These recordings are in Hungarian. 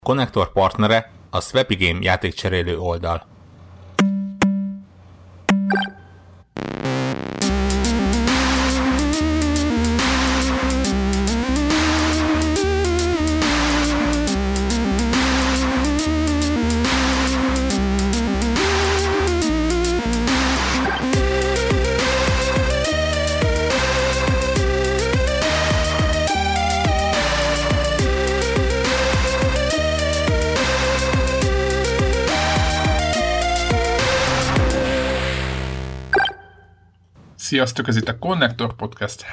Konnektor partnere a Swapy Game játékcserélő oldal. Sziasztok, ez itt a Konnektor Podcast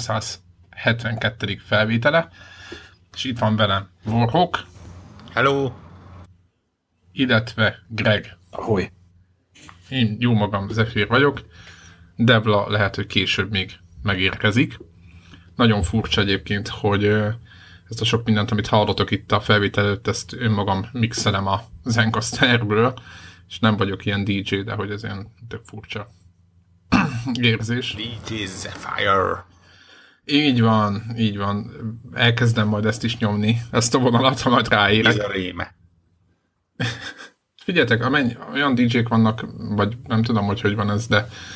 372. felvétele, és itt van velem Warhawk. Hello! Illetve Greg. Ahoy! Én jó magam, Zephyr vagyok. Devla lehet, hogy később még megérkezik. Nagyon furcsa egyébként, hogy ezt a sok mindent, amit hallotok itt a felvétel előtt, ezt önmagam mixelem a Zencasterből, és nem vagyok ilyen DJ, de hogy ez ilyen tök furcsa érzés. DJ Zephyr. Így van. Elkezdem majd ezt is nyomni, ezt a vonalat, ha majd ráérek. Ez a réme. Figyeljetek, olyan DJ-k vannak, vagy nem tudom, hogy van ez,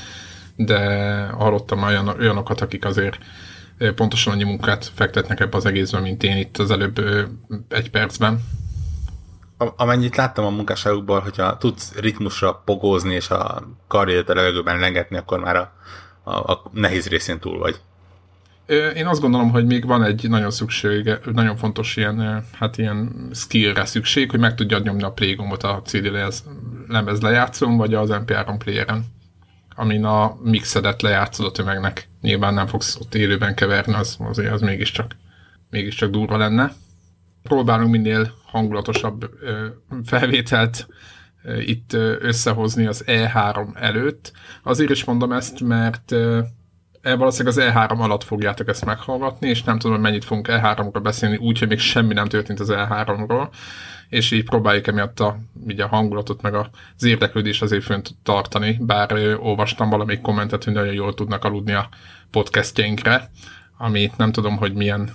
de hallottam olyanokat, akik azért pontosan annyi munkát fektetnek ebbe az egészben, mint én itt az előbb egy percben. Amennyit láttam a munkásságukból, hogyha tudsz ritmusra pogózni és a karrieret a levegőben lengetni, akkor már a nehéz részén túl vagy. Én azt gondolom, hogy még van egy nagyon fontos ilyen skillre szükség, hogy meg tudjad nyomni a play gombot a CD lemez lejátszón, vagy az MP3 playeren, amin a mixedet lejátszod a tömegnek. Nyilván nem fogsz ott élőben keverni, az mégiscsak durva lenne. Próbálunk minél hangulatosabb felvételt itt összehozni az E3 előtt. Azért is mondom ezt, mert valószínűleg az E3 alatt fogjátok ezt meghallgatni, és nem tudom, hogy mennyit fogunk E3-ról beszélni, úgyhogy még semmi nem történt az E3-ról, és így próbáljuk emiatt a hangulatot, meg az érdeklődést azért fönt tartani, bár olvastam valamelyik kommentet, hogy nagyon jól tudnak aludni a podcastjainkre, ami nem tudom, hogy milyen...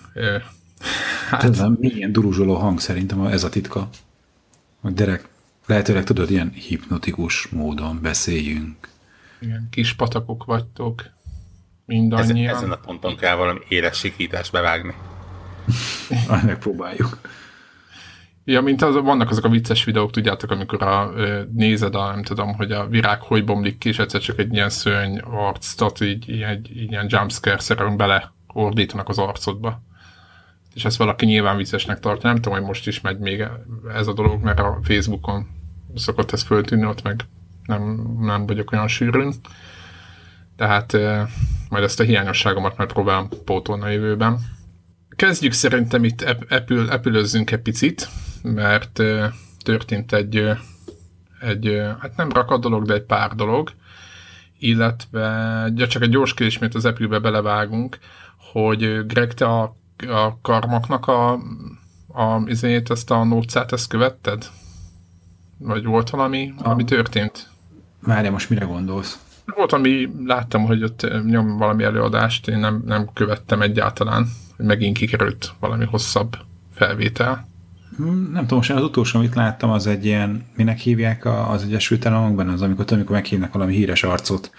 milyen duruzsoló hang szerintem ez a titka. Hogy Derek, lehetőleg tudod, ilyen hipnotikus módon beszéljünk. Igen, kis patakok vagytok. Mindannyian. Ezen a ponton kell valami éles sikítást bevágni. Megpróbáljuk. Ja, mint vannak azok a vicces videók, tudjátok, amikor nézed nem tudom, hogy a virág hogy bomlik ki, és egyszer csak egy ilyen szörny arcot, így ilyen jumpscare-szerűen beleordítanak az arcodba. És ezt valaki nyilván viccesnek tartja. Nem tudom, hogy most is megy még ez a dolog, mert a Facebookon szokott ez föltűnni, ott meg nem vagyok olyan sűrűn. Tehát majd ezt a hiányosságomat majd próbálom pótolni a jövőben. Kezdjük szerintem itt, epülözzünk egy picit, mert történt egy hát nem rakat dolog, de egy pár dolog, illetve csak egy gyors kérdés, mert az Apple-be belevágunk, hogy Greg, te a karmaknak ezt a nócát, ezt követted? Vagy volt valami, ami történt? Várjál, most mire gondolsz? Volt, ami láttam, hogy ott nyom valami előadást, én nem követtem egyáltalán, hogy megint kikerült valami hosszabb felvétel. Nem tudom, most az utolsó, amit láttam, az egy ilyen, minek hívják az Egyesült Államokban, az amikor meghívnak valami híres arcot,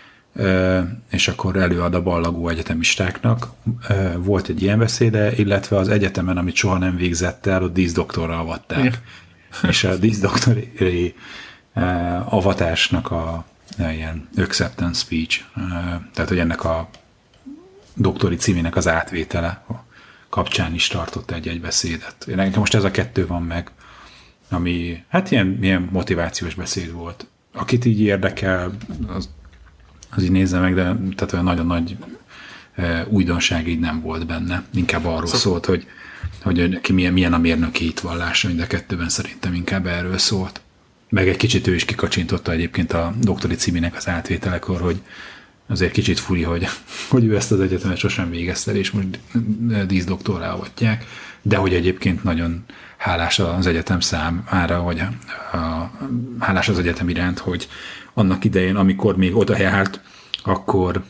és akkor előad a ballagó egyetemistáknak. Volt egy ilyen beszéde, illetve az egyetemen, amit soha nem végzett el, ott díszdoktorra avatták. És a díszdoktori avatásnak a ilyen acceptance speech, tehát hogy ennek a doktori címének az átvétele kapcsán is tartott egy beszédet. Nekem most ez a kettő van meg, ami hát ilyen motivációs beszéd volt. Akit így érdekel, az így nézze meg, de tehát olyan nagyon nagy újdonság így nem volt benne. Inkább arról szólt, hogy neki milyen a mérnöki hitvallása, mind a kettőben szerintem inkább erről szólt. Meg egy kicsit ő is kikacsintotta egyébként a doktori címének az átvételekor, hogy azért kicsit furi, hogy ő ezt az egyetemet sosem végezte, és most díszdoktorrá avatják, de hogy egyébként nagyon hálás az egyetem számára, vagy hálás az egyetem iránt, hogy annak idején, amikor még oda járt, akkor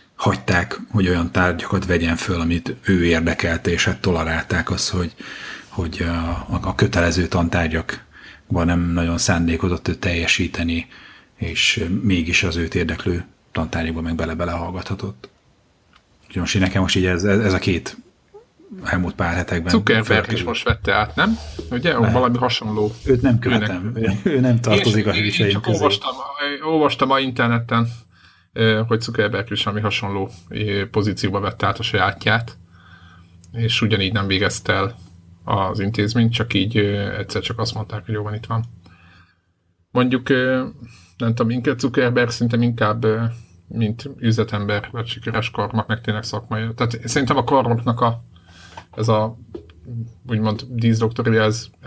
hagyták, hogy olyan tárgyakat vegyen föl, amit ő érdekelte, és hát tolerálták azt, hogy a kötelező tantárgyakban nem nagyon szándékozott ő teljesíteni, és mégis az őt érdeklő tantárgyakban meg bele hallgathatott. Úgyhogy most nekem most így ez a két elmúlt pár hetekben. Zuckerberg is most vette át, nem? Ugye? Valami hasonló. Őt nem követem. Ő nem tartozik a hőseim közé. Olvastam a interneten, hogy Zuckerberg is valami hasonló pozícióba vette át a sajátját, és ugyanígy nem végezte el az intézményt, csak így egyszer csak azt mondták, hogy jó van, itt van. Mondjuk, nem tudom, inkább Zuckerberg szerintem inkább mint üzletember, vagy sikeres karmak, meg tényleg szakmai. Tehát szerintem a karmaknak ez a úgymond díszdoktoria,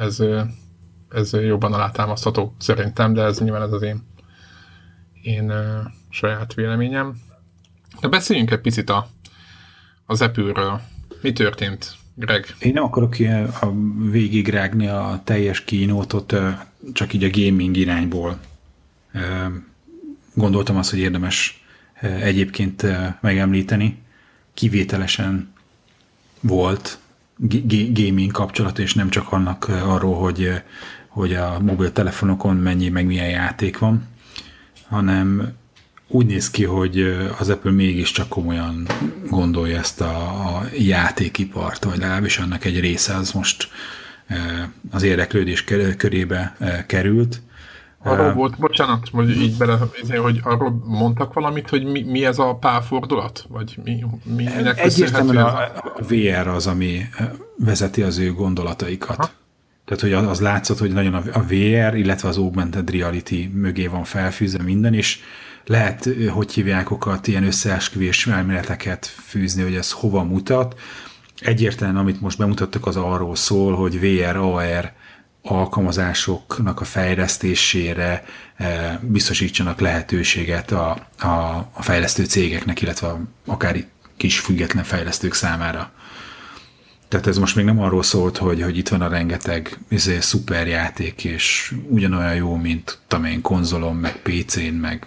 ez jobban alátámasztható szerintem, de nyilván ez az én saját véleményem. De beszéljünk egy picit az Apple-ről. Mi történt, Greg? Én nem akarok végigrágni a teljes keynote-ot, csak így a gaming irányból. Gondoltam azt, hogy érdemes egyébként megemlíteni. Kivételesen volt gaming kapcsolat, és nem csak annak arról, hogy a mobiltelefonokon mennyi, meg milyen játék van, hanem úgy néz ki, hogy az Apple mégiscsak komolyan gondolja ezt a játékipart, vagy legalábbis annak egy része az most az érdeklődés körébe került. Arról volt, bocsánat, hogy így hogy arról mondtak valamit, hogy mi ez a pálfordulat? Vagy minek egyértelműen a VR az, ami vezeti az ő gondolataikat. Aha. Tehát, hogy az látszott, hogy nagyon a VR, illetve az augmented reality mögé van felfűzve minden, és lehet, hogy hívják okat, ilyen összeesküvés elméleteket fűzni, hogy ez hova mutat. Egyértelműen, amit most bemutattak, az arról szól, hogy VR, AR alkalmazásoknak a fejlesztésére biztosítsanak lehetőséget a fejlesztő cégeknek, illetve akár kis független fejlesztők számára. Tehát ez most még nem arról szólt, hogy itt van a rengeteg szuperjáték, és ugyanolyan jó, mint én konzolon, meg PC-n, meg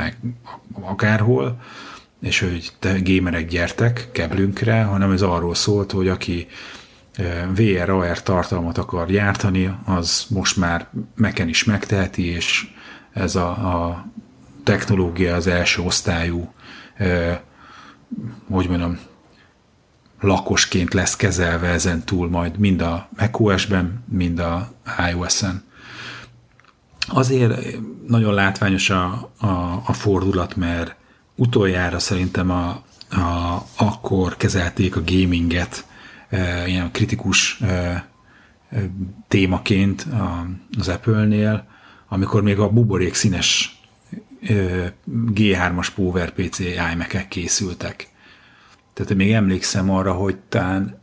akárhol, és hogy te gamerek gyertek keblünkre, hanem ez arról szólt, hogy aki VR, AR tartalmat akar gyártani, az most már Mac-en is megteheti, és ez a technológia az első osztályú, hogy mondom, lakosként lesz kezelve ezen túl majd mind a macOS-ben, mind a iOS-en. Azért nagyon látványos a fordulat, mert utoljára szerintem akkor kezelték a gaminget ilyen kritikus témaként az Apple-nél, amikor még a buborék színes G3-as PowerPC iMac-ek készültek. Tehát még emlékszem arra, hogy talán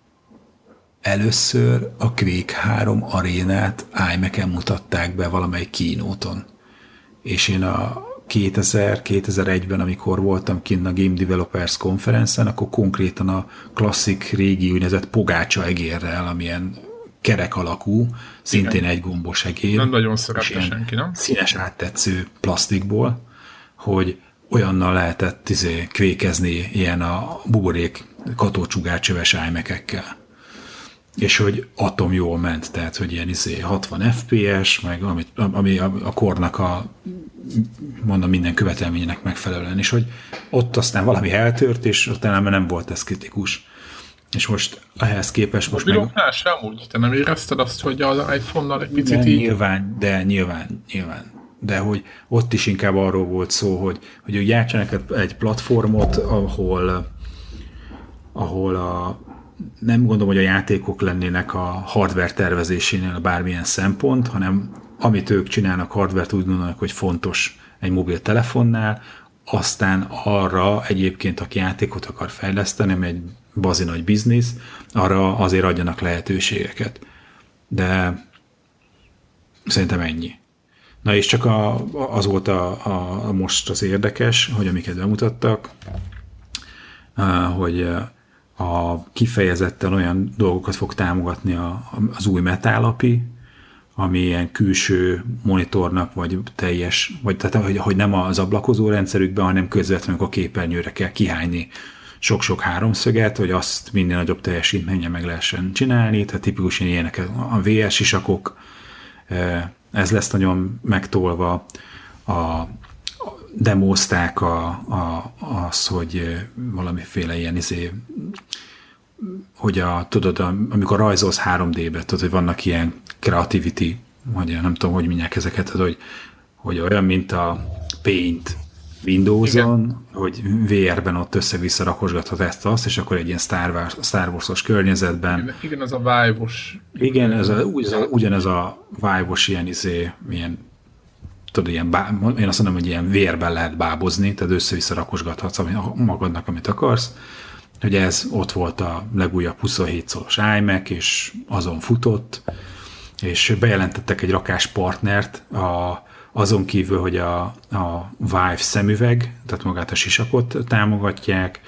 először a Quake 3 arénát iMac-en mutatták be valamelyik keynote-on. És én a 2001-ben, amikor voltam kint a Game Developers Conference-en, akkor konkrétan a klasszik régi úgynevezett pogácsa egérrel, amilyen kerek alakú, szintén egy gombos egér. Nem nagyon szerette senki, nem? Színes áttetsző plastikból, hogy olyannal lehetett kvékezni ilyen a buborék katócsugárcsöves iMac-ekkel. És hogy atom jól ment, tehát hogy ilyen 60 FPS, meg ami a kornak mondom minden követelménynek megfelelően, és hogy ott aztán valami eltört, és utána nem volt ez kritikus. És most ehhez képest most meg... sem úgy, te nem érezted azt, hogy az iPhone-nal egy picit így... Nyilván. De hogy ott is inkább arról volt szó, hogy gyártsanak egy platformot, ahol nem gondolom, hogy a játékok lennének a hardware tervezésénél bármilyen szempont, hanem amit ők csinálnak hardware-t, úgy gondolnak, hogy fontos egy mobiltelefonnál, aztán arra egyébként, aki játékot akar fejleszteni, ami egy bazi nagy biznisz, arra azért adjanak lehetőségeket. De szerintem ennyi. Na és csak az volt most az érdekes, hogy amiket bemutattak, hogy kifejezetten olyan dolgokat fog támogatni az új Metal API, ami ilyen külső monitornak, vagy teljes, vagy tehát hogy nem az ablakozó rendszerükben, hanem közvetlenül a képernyőre kell kihányni sok-sok háromszöget, hogy azt minél nagyobb teljesítménye meg lehessen csinálni, tehát tipikusan ilyenek a VR sisakok, ez lesz nagyon megtolva, demozták az, hogy valamiféle ilyen hogy tudod, amikor rajzolsz 3D-be, tudod, hogy vannak ilyen creativity, vagy nem tudom, hogy mindjárt ezeket, hogy olyan, mint a Paint Windows-on, igen, hogy VR-ben ott össze-vissza rakosgathat ezt-azt, és akkor egy ilyen Star Wars-os környezetben. Igen, ez a Vive-os. Igen, ugyanez a Vive-os ilyen tudod, én azt mondom, hogy ilyen VR-ben lehet bábozni, tehát össze-vissza rakosgathatsz magadnak, amit akarsz. Hogy ez ott volt a legújabb 27 szoros iMac, és azon futott, és bejelentettek egy rakáspartnert, azon kívül, hogy a Vive szemüveg, tehát magát a sisakot támogatják,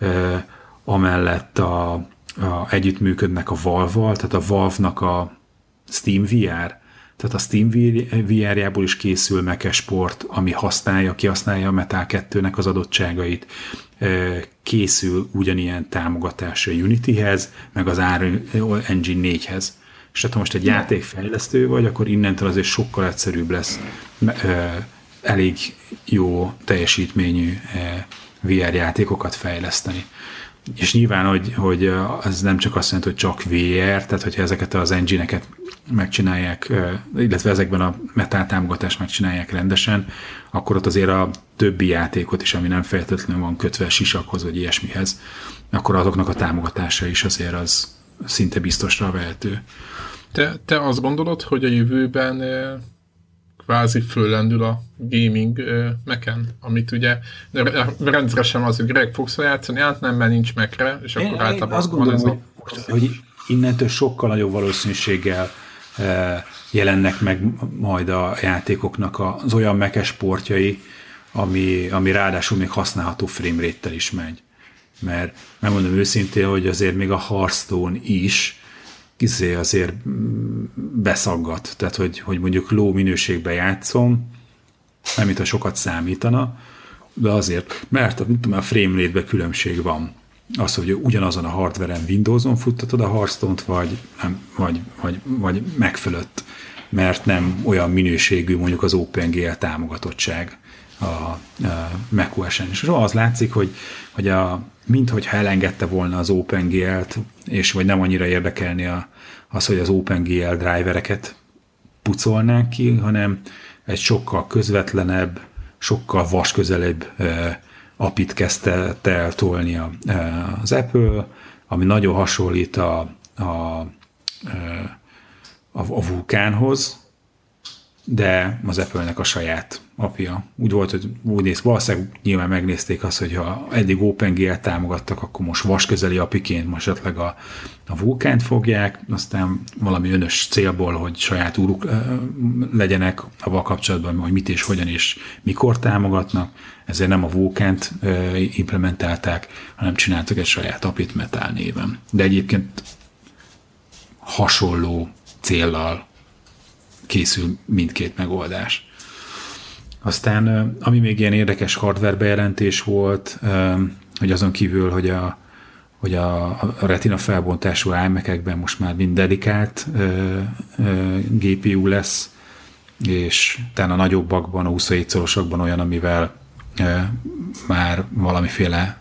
amellett együttműködnek a Valve-val, tehát a Valve-nak a Steam VR, tehát a Steam VR-jából is készül Mac-es port, ami kihasználja a Metal 2-nek az adottságait, készül ugyanilyen támogatás a Unityhez, meg az Unreal Engine 4-hez. És ha most egy játékfejlesztő vagy, akkor innentől azért sokkal egyszerűbb lesz elég jó teljesítményű VR játékokat fejleszteni. És nyilván, hogy ez nem csak azt jelenti, hogy csak VR, tehát hogyha ezeket az engine-eket megcsinálják, illetve ezekben a Metal támogatást megcsinálják rendesen, akkor ott azért a többi játékot is, ami nem feltétlenül van kötve sisakhoz, vagy ilyesmihez, akkor azoknak a támogatása is azért az szinte biztosra vehető. Te azt gondolod, hogy a jövőben kvázi föllendül a gaming Mac-en, amit ugye rendszeresen az, hogy Greg fogsz játszani, mert nincs Mac-re, és akkor általában azt gondolom, hogy innentől sokkal nagyobb valószínűséggel jelennek meg majd a játékoknak az olyan Mac-es portjai, ami ráadásul még használható framerate-tel is megy. Mert megmondom őszintén, hogy azért még a Hearthstone is azért beszaggat. Tehát, hogy mondjuk low minőségben játszom, nem itt a sokat számítana, de azért, mert a framerate-ben különbség van. Az, hogy ugyanazon a hardware-en Windows-on futtatod a Hearthstone-t, vagy megfölött, mert nem olyan minőségű mondjuk az OpenGL támogatottság a macOS-en. És az látszik, hogy minthogyha elengedte volna az OpenGL-t, és vagy nem annyira érdekelni az, hogy az OpenGL drivereket pucolnák ki, hanem egy sokkal közvetlenebb, sokkal vasközelebb API-t kezdte el tolni az Apple, ami nagyon hasonlít a Vulkanhoz, de az Apple-nek a saját API-ja. Úgy volt, hogy valószínűleg nyilván megnézték azt, hogy ha eddig OpenGL támogattak, akkor most vasközeli API-ként most esetleg a Vulkant fogják, aztán valami önös célból, hogy saját úruk legyenek avval kapcsolatban, hogy mit és hogyan és mikor támogatnak, ezért nem a Vulkant implementálták, hanem csináltak egy saját API-t Metal néven. De egyébként hasonló céllal készül mindkét megoldás. Aztán, ami még ilyen érdekes hardware bejelentés volt, hogy azon kívül, hogy a retina felbontású iMac-ekben most már mind dedikált GPU lesz, és talán a nagyobbakban, a 27 szorosakban olyan, amivel már valamiféle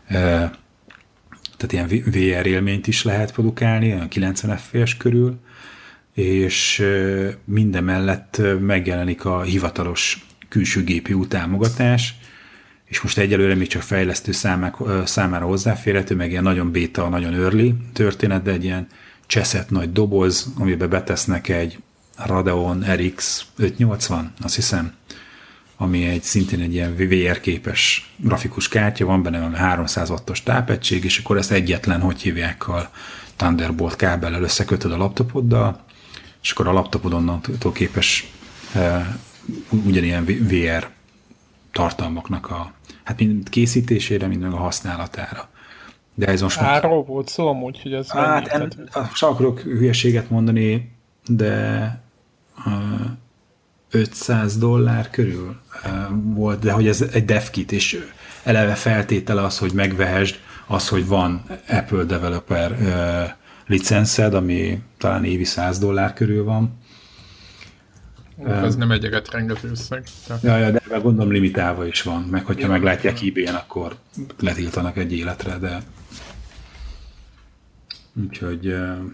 tehát ilyen VR élményt is lehet produkálni, a 90 FPS körül, és mindemellett megjelenik a hivatalos külső GPU támogatás, és most egyelőre még csak fejlesztő számára hozzáférhető, meg ilyen nagyon beta, nagyon early történet, de egy ilyen cseszett nagy doboz, amiben betesznek egy Radeon RX 580, azt hiszem, ami szintén egy ilyen VR-képes grafikus kártya, van benne 300 wattos tápegység, és akkor ezt egyetlen, hogy hívják, a Thunderbolt kábellel összekötöd a laptopoddal, és akkor a laptopod onnantól képes ugyanilyen VR tartalmaknak mind készítésére, mind meg a használatára. De ez most Árról volt szó amúgy, hogy ez sem akarok hülyeséget mondani, de $500 körül volt, de hogy ez egy dev kit, és eleve feltétele az, hogy megvehesd az, hogy van Apple Developer licenszed, ami talán évi $100 körül van. Ez nem egy rengető összeg. Ja, de gondolom limitálva is van, meg hogyha meglátják eBay-en, akkor letiltanak egy életre, de úgyhogy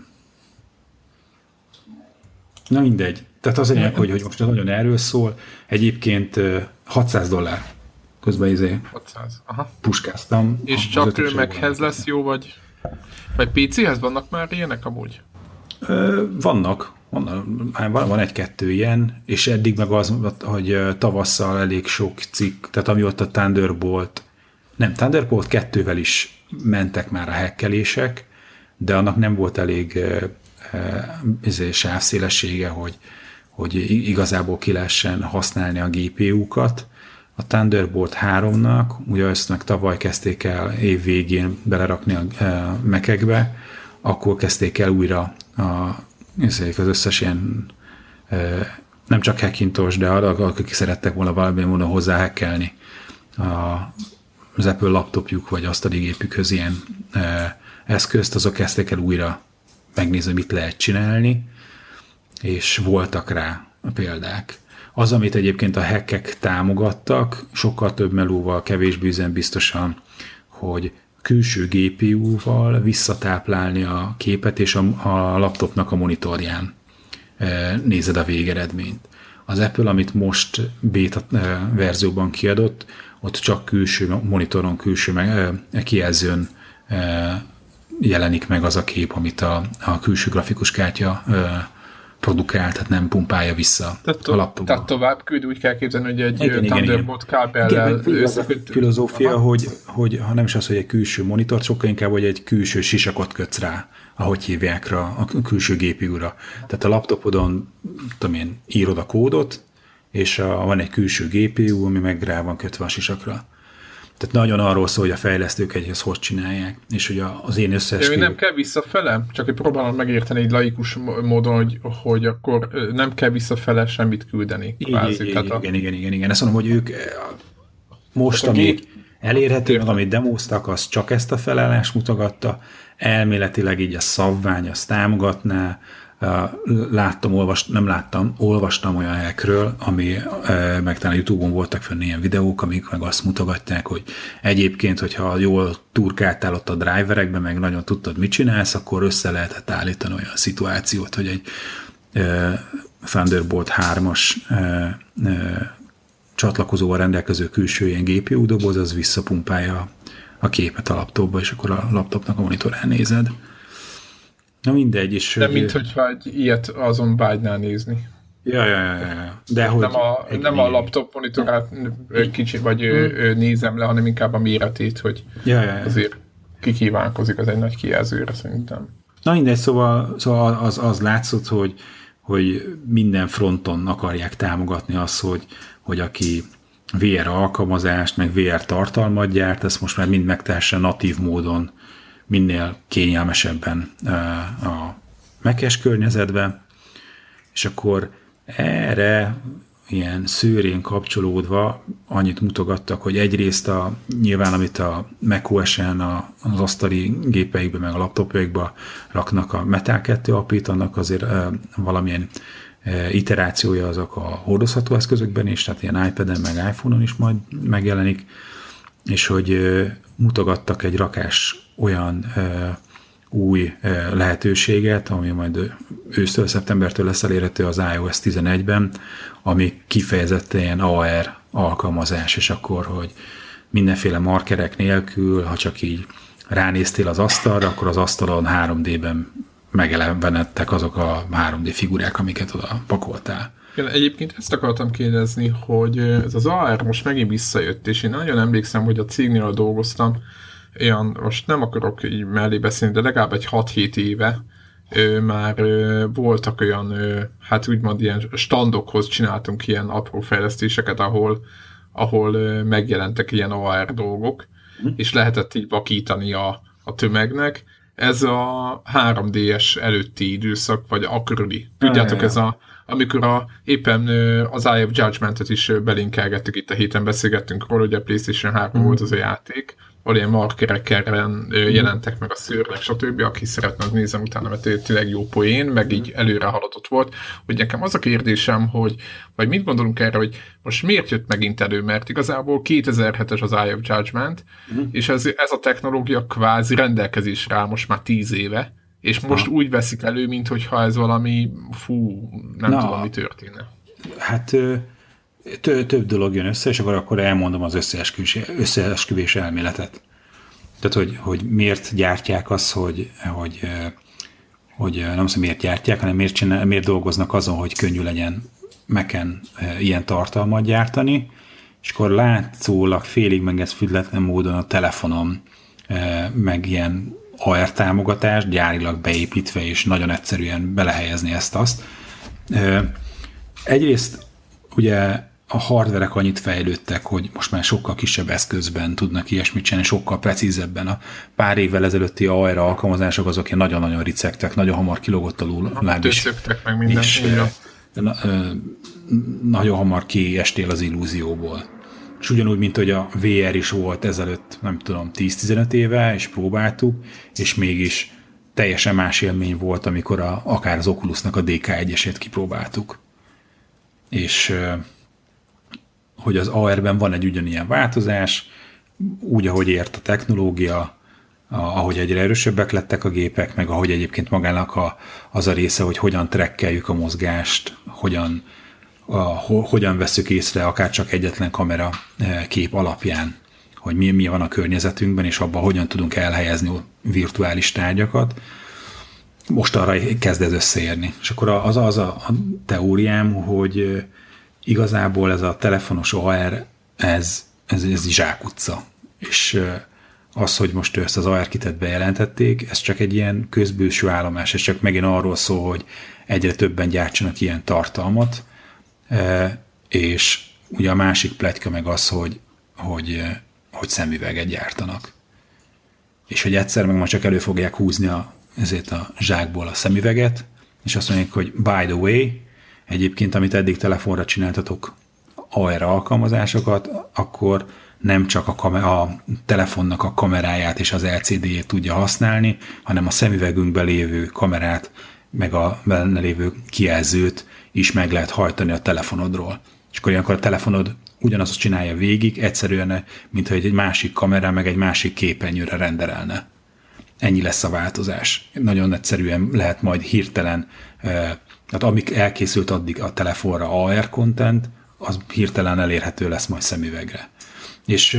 na mindegy. Tehát az anyag, hogy most nagyon erről szól. Egyébként $600 közben 600, aha. puskáztam. És csak Machez lesz jó, vagy PC-hez vannak már ilyenek amúgy? Van egy-kettő ilyen, és eddig meg az, hogy tavasszal elég sok cikk, tehát amióta Thunderbolt 2-vel is mentek már a hackelések, de annak nem volt elég sávszélessége, hogy igazából ki lehessen használni a GPU-kat. A Thunderbolt 3-nak, ugye ezt meg tavaly kezdték el év végén belerakni a Mac-ekbe, akkor kezdték el újra az összes ilyen nem csak Hackintosh, de akik szerettek volna valamilyen módon hozzá hackelni az Apple laptopjuk, vagy asztaligépükhöz ilyen eszközt, azok kezdték el újra megnézni, mit lehet csinálni, és voltak rá példák. Az, amit egyébként a hackek támogattak, sokkal több melóval, kevésbé üzenbiztosan, hogy külső GPU-val visszatáplálni a képet, és a laptopnak a monitorján nézed a végeredményt. Az Apple, amit most beta verzióban kiadott, ott csak külső monitoron, külső kijelzőn jelenik meg az a kép, amit a külső grafikus kártya produkál, tehát nem pumpálja vissza a laptopba. Tehát tovább küld, úgy kell képzelni, hogy egy Thunderbolt kábellel összekötő. Filozófia, hogy ha nem is az, hogy egy külső monitort, sokkal inkább, hogy egy külső sisakot kötsz rá, ahogy hívják rá a külső GPU-ra. Tehát a laptopodon, írod a kódot, és van egy külső GPU, ami meg rá van kötve a sisakra. Tehát nagyon arról szól, hogy a fejlesztők ezt hogy csinálják, és hogy az én összes... Nem kell visszafele? Csak hogy próbálom megérteni egy laikus módon, hogy akkor nem kell visszafele semmit küldeni. Igen. Ezt mondom, hogy ők most, ami elérhető, meg amit demóztak, az csak ezt a felállást mutogatta. Elméletileg így a szabvány azt támogatná. Olvastam olyan helyekről, ami meg talán a YouTube-on voltak fönn ilyen videók, amik meg azt mutogatják, hogy egyébként, hogyha jól turkáltál ott a driverekben, meg nagyon tudtad, mit csinálsz, akkor össze lehetett állítani olyan szituációt, hogy egy Thunderbolt 3-as csatlakozóval rendelkező külső ilyen GPU doboz, az visszapumpálja a képet a laptopba, és akkor a laptopnak a monitorán nézed. Na mindegy is. De minthogyha egy ilyet azon vágynál nézni. Ja. De nem a laptop monitorát kicsit vagy nézem le, hanem inkább a méretét, hogy azért kikívánkozik az egy nagy kijelzőre szerintem. Na mindegy, szóval az látszott, hogy minden fronton akarják támogatni azt, hogy aki VR alkalmazást, meg VR tartalmat gyárt, ezt most már mind megtehessen natív módon, minél kényelmesebben a Mac-es környezetben, és akkor erre ilyen szőrén kapcsolódva annyit mutogattak, hogy egyrészt nyilván amit a macOS-en az asztali gépeikbe, meg a laptopjaikba raknak a Metal 2 API-t, annak azért valamilyen iterációja azok a hordozható eszközökben is, tehát ilyen iPad-en, meg iPhone-on is majd megjelenik, és hogy mutogattak egy rakás olyan új lehetőséget, ami majd ősztől, szeptembertől lesz elérhető az iOS 11-ben, ami kifejezetten ilyen AR alkalmazás, és akkor, hogy mindenféle markerek nélkül, ha csak így ránéztél az asztalra, akkor az asztalon 3D-ben megelevenedtek azok a 3D figurák, amiket oda pakoltál. Egyébként ezt akartam kérdezni, hogy ez az AR most megint visszajött, és én nagyon emlékszem, hogy a cégnél dolgoztam, most nem akarok így mellé beszélni, de legalább egy 6-7 éve már voltak olyan, hát úgymond ilyen standokhoz csináltunk ilyen apró fejlesztéseket, ahol megjelentek ilyen AR dolgok, és lehetett így vakítani a tömegnek. Ez a 3DS előtti időszak, vagy akkori. Tudjátok, ez amikor éppen az Eye of Judgment-et is belinkelgettük, itt a héten beszélgettünk róla, hogy a PlayStation 3 volt az a játék, ahol ilyen markerekeren jelentek meg a szőrnek, stb. Aki szeretne, az nézem utána, mert tényleg jó poén, meg így előre haladott volt. Hogy nekem az a kérdésem, vagy mit gondolunk erre, hogy most miért jött megint elő, mert igazából 2007-es az Eye of Judgment, és ez a technológia kvázi rendelkezésre áll most már 10 éve, és most úgy veszik elő, mintha ez valami, nem tudom, mi történne. Hát több dolog jön össze, és akkor elmondom az összeesküvés elméletet. Tehát, hogy miért gyártják azt, hogy nem tudom, miért gyártják, hanem miért dolgoznak azon, hogy könnyű legyen Mac-en ilyen tartalmat gyártani, és akkor látszólag félig megfüggetlen módon a telefonom meg ilyen AR támogatás, gyárilag beépítve, és nagyon egyszerűen belehelyezni ezt-azt. Egyrészt ugye a hardverek annyit fejlődtek, hogy most már sokkal kisebb eszközben tudnak ilyesmit csinálni, sokkal precízebben. A pár évvel ezelőtti AR alkalmazások azok ilyen nagyon-nagyon ricegtek, nagyon hamar kilógott a lábis. Meg minden. Nagyon hamar kiestél az illúzióból. És ugyanúgy, mint hogy a VR is volt ezelőtt, nem tudom, 10-15 éve, és próbáltuk, és mégis teljesen más élmény volt, amikor akár az Oculusnak a DK1-esét kipróbáltuk. És hogy az AR-ben van egy ugyanilyen változás, úgy, ahogy ért a technológia, ahogy egyre erősebbek lettek a gépek, meg ahogy egyébként magának az a része, hogy hogyan trekkeljük a mozgást, hogyan vesszük észre akár csak egyetlen kamera kép alapján, hogy mi van a környezetünkben, és abban hogyan tudunk elhelyezni virtuális tárgyakat. Most arra kezd ez összeérni. És akkor az a teóriám, hogy igazából ez a telefonos AR, ez zsákutca. És az, hogy most ezt az AR kitet bejelentették, ez csak egy ilyen közbőső állomás, ez csak megint arról szól, hogy egyre többen gyártsanak ilyen tartalmat, és ugye a másik pletyka meg az, hogy szemüveget gyártanak. És hogy egyszer meg ma csak elő fogják húzni ezért a zsákból a szemüveget, és azt mondják, hogy by the way, egyébként, amit eddig telefonra csináltatok AR alkalmazásokat, akkor nem csak a telefonnak a kameráját és az LCD-jét tudja használni, hanem a szemüvegünkben lévő kamerát, meg a benne lévő kijelzőt is meg lehet hajtani a telefonodról. És akkor ilyenkor a telefonod ugyanazt csinálja végig, egyszerűen, mintha egy másik kamera, meg egy másik képernyőre renderelne. Ennyi lesz a változás. Nagyon egyszerűen lehet majd hirtelen, tehát amíg elkészült addig a telefonra AR content, az hirtelen elérhető lesz majd szemüvegre. És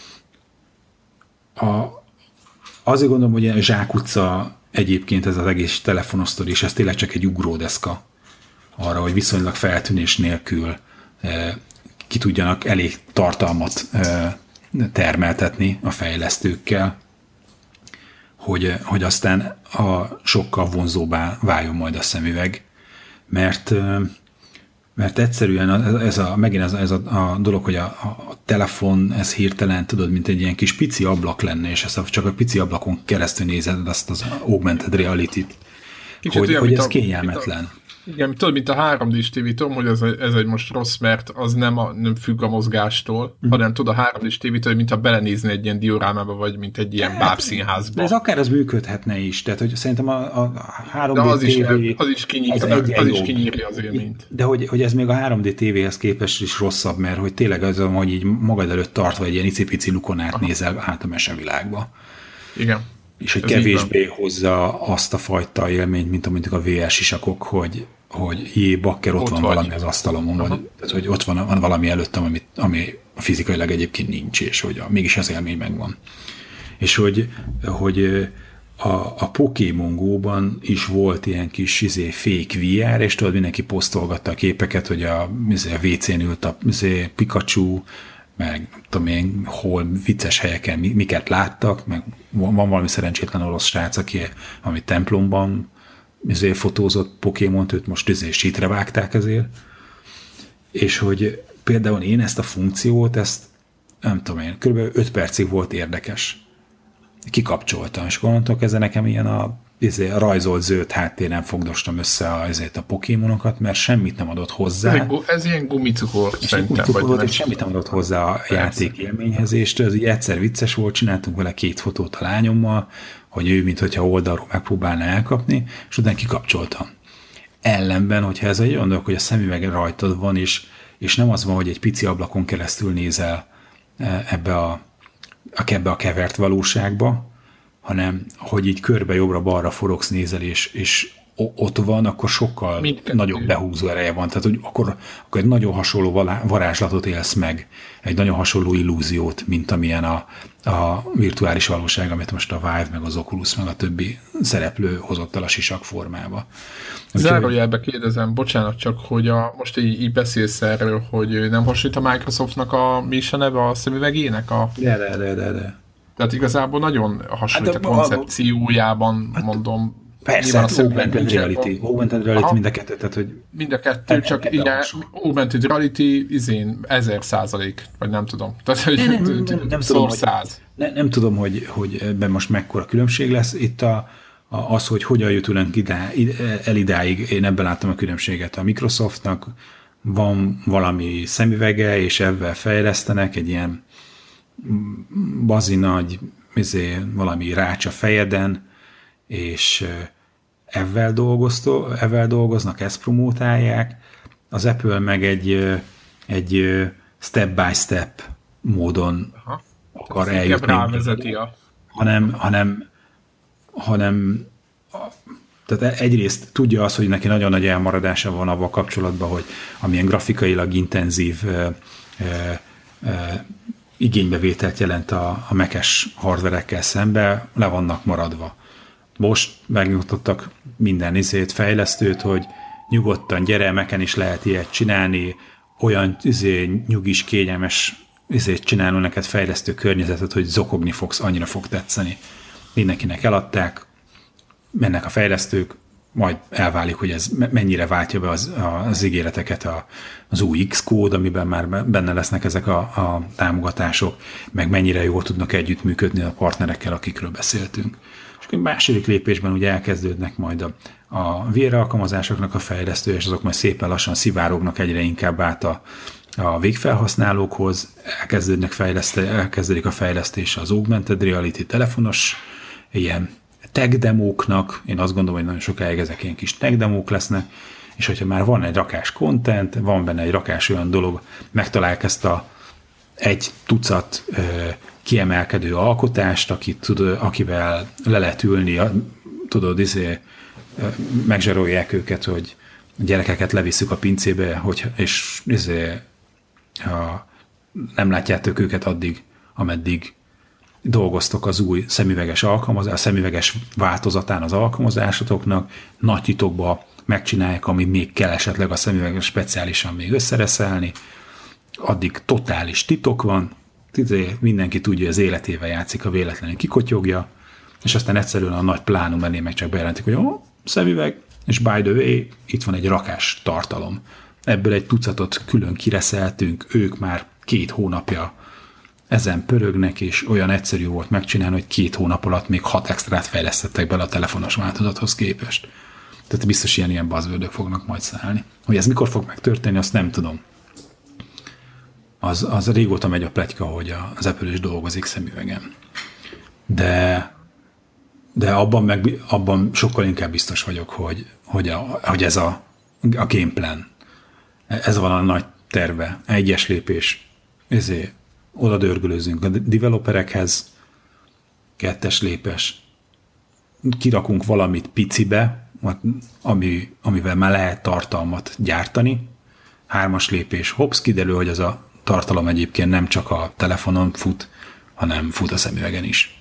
azért gondolom, hogy a zsákutca egyébként ez az egész telefonos sztori, és ez tényleg csak egy ugródeszka arra, hogy viszonylag feltűnés nélkül ki tudjanak elég tartalmat termeltetni a fejlesztőkkel, hogy aztán sokkal vonzóbbá váljon majd a szemüveg, mert egyszerűen megint ez a dolog, hogy a telefon, ez hirtelen, tudod, mint egy ilyen kis pici ablak lenne, és ezt csak a pici ablakon keresztül nézed azt az augmented reality-t, hogy ez kényelmetlen. Igen, tudod, mint a 3D-s TV, tudom, hogy ez egy most rossz, mert az nem függ a mozgástól, hanem tudod, a 3D-s TV-től, mint ha belenézni egy ilyen diorámába, vagy mint egy ilyen bábszínházba. De ez akár az működhetne is, tehát hogy szerintem a 3D de az is kinyírja az élményt. De hogy ez még a 3D TV-hez képest is rosszabb, mert hogy tényleg az, hogy így magad előtt tartva egy ilyen icipici lukon átnézel át a mesevilágba. Igen. És hogy kevésbé hozza azt a fajta élményt, mint amint a VR sisakok, hogy jé, bakker, ott van valami az asztalomon, tehát, hogy ott van valami előttem, ami fizikailag egyébként nincs, és hogy mégis az élmény megvan. És hogy a Pokémon Go-ban is volt ilyen kis fake VR, és tudod, mindenki posztolgatta a képeket, hogy a WC-n ült a Pikachu, meg nem tudom én, hol vicces helyeken miket láttak, meg van valami szerencsétlen orosz srác, ami templomban fotózott Pokémont, őt most sítre vágták ezért. És hogy például én ezt a funkciót, ezt nem tudom én, kb. 5 percig volt érdekes. Kikapcsoltam, és gondoltok, ez nekem ilyen a rajzolt zöld háttéren fogdostam össze a Pokémonokat, mert semmit nem adott hozzá. Ez ilyen gumicukor szerintem. És semmit nem adott hozzá a játék élményhez, és ez így egyszer vicces volt, csináltunk vele 2 fotót a lányommal, hogy ő, mintha oldalról megpróbálna elkapni, és utána kikapcsoltam. Ellenben, hogyha ez egy olyan dolog, hogy a szemüveg rajtad van, és nem az van, hogy egy pici ablakon keresztül nézel ebbe a kevert valóságba, hanem hogy így körbe jobbra-balra forogsz, nézel, és ott van, akkor sokkal nagyobb behúzó ereje van. Tehát, hogy akkor egy nagyon hasonló varázslatot élsz meg, egy nagyon hasonló illúziót, mint amilyen a virtuális valóság, amit most a Vive, meg az Oculus, meg a többi szereplő hozott el a sisak formába. Zárójelbe kérdezem, bocsánat csak, hogy most így beszélsz erről, hogy nem hasonlít a Microsoftnak mi is a neve a szemüvegének? De. Tehát igazából nagyon hasonlít a koncepciójában, mondom. Persze, augmented reality mind a kettő. Tehát, hogy mind a kettő, csak igen, augmented reality 1000%, vagy nem tudom. Tehát, nem tudom, 100. Nem tudom, hogy ebben most mekkora különbség lesz. Itt az, hogy hogyan jutunk el idáig, én ebben láttam a különbséget. A Microsoftnak van valami szemüvege, és ebben fejlesztenek egy ilyen bazinagy, valami rács a fejeden, és ezzel dolgoznak, ezt promótálják. Az Apple meg egy step by step módon akar eljutni. Hanem tehát egyrészt tudja azt, hogy neki nagyon nagy elmaradása van abban kapcsolatban, hogy amilyen grafikailag intenzív igénybevételt jelent a Mac-es hardverekkel szembe, le vannak maradva. Most megnyugtattak minden fejlesztőt, hogy nyugodtan gyere, Mac-en is lehet ilyet csinálni, olyan nyugis, kényelmes csinálni neked fejlesztő környezetet, hogy zokogni fogsz, annyira fog tetszeni. Mindenkinek eladták, mennek a fejlesztők, majd elválik, hogy ez mennyire váltja be az ígéreteket az új Xcode, amiben már benne lesznek ezek a támogatások, meg mennyire jól tudnak együttműködni a partnerekkel, akikről beszéltünk. És a második lépésben ugye elkezdődnek majd a VR alkalmazásoknak a fejlesztő, és azok majd szépen lassan szivárognak egyre inkább át a végfelhasználókhoz, elkezdődik a fejlesztés az augmented reality telefonos ilyen tech demóknak, én azt gondolom, hogy nagyon sokáig ezek ilyen kis tech demók lesznek, és hogyha már van egy rakás content, van benne egy rakás olyan dolog, megtalálják ezt egy tucat kiemelkedő alkotást, akivel le lehet ülni, megzsarolják őket, hogy gyerekeket levisszük a pincébe, és nem látjátok őket addig, ameddig dolgoztok az új szemüveges a szemüveges változatán az alkalmazásotoknak, nagy titokban megcsinálják, ami még kell esetleg a szemüveges speciálisan még összereszelni, addig totális titok van, mindenki tudja, hogy az életével játszik, a véletlenül kikotyogja, és aztán egyszerűen a nagy plánum elé meg csak bejelentik, hogy szemüveg, és by the way, itt van egy rakás tartalom. Ebből egy tucatot külön kireszeltünk, ők már 2 hónapja ezen pörögnek, és olyan egyszerű volt megcsinálni, hogy 2 hónap alatt még 6 extrát fejlesztettek bele a telefonos változathoz képest. Tehát biztos ilyen buzzwordök fognak majd szállni. Hogy ez mikor fog megtörténni, azt nem tudom. Az régóta megy a pletyka, hogy az Apple is dolgozik szemüvegen. De abban sokkal inkább biztos vagyok, hogy ez a gameplan. Ez van a nagy terve. Egyes lépés. Ezért oda dörgölőzünk a developerekhez, 2. lépés. Kirakunk valamit picibe, amivel már lehet tartalmat gyártani. 3. lépés. Hopsz, kiderül, hogy az a tartalom egyébként nem csak a telefonon fut, hanem fut a szemüvegen is.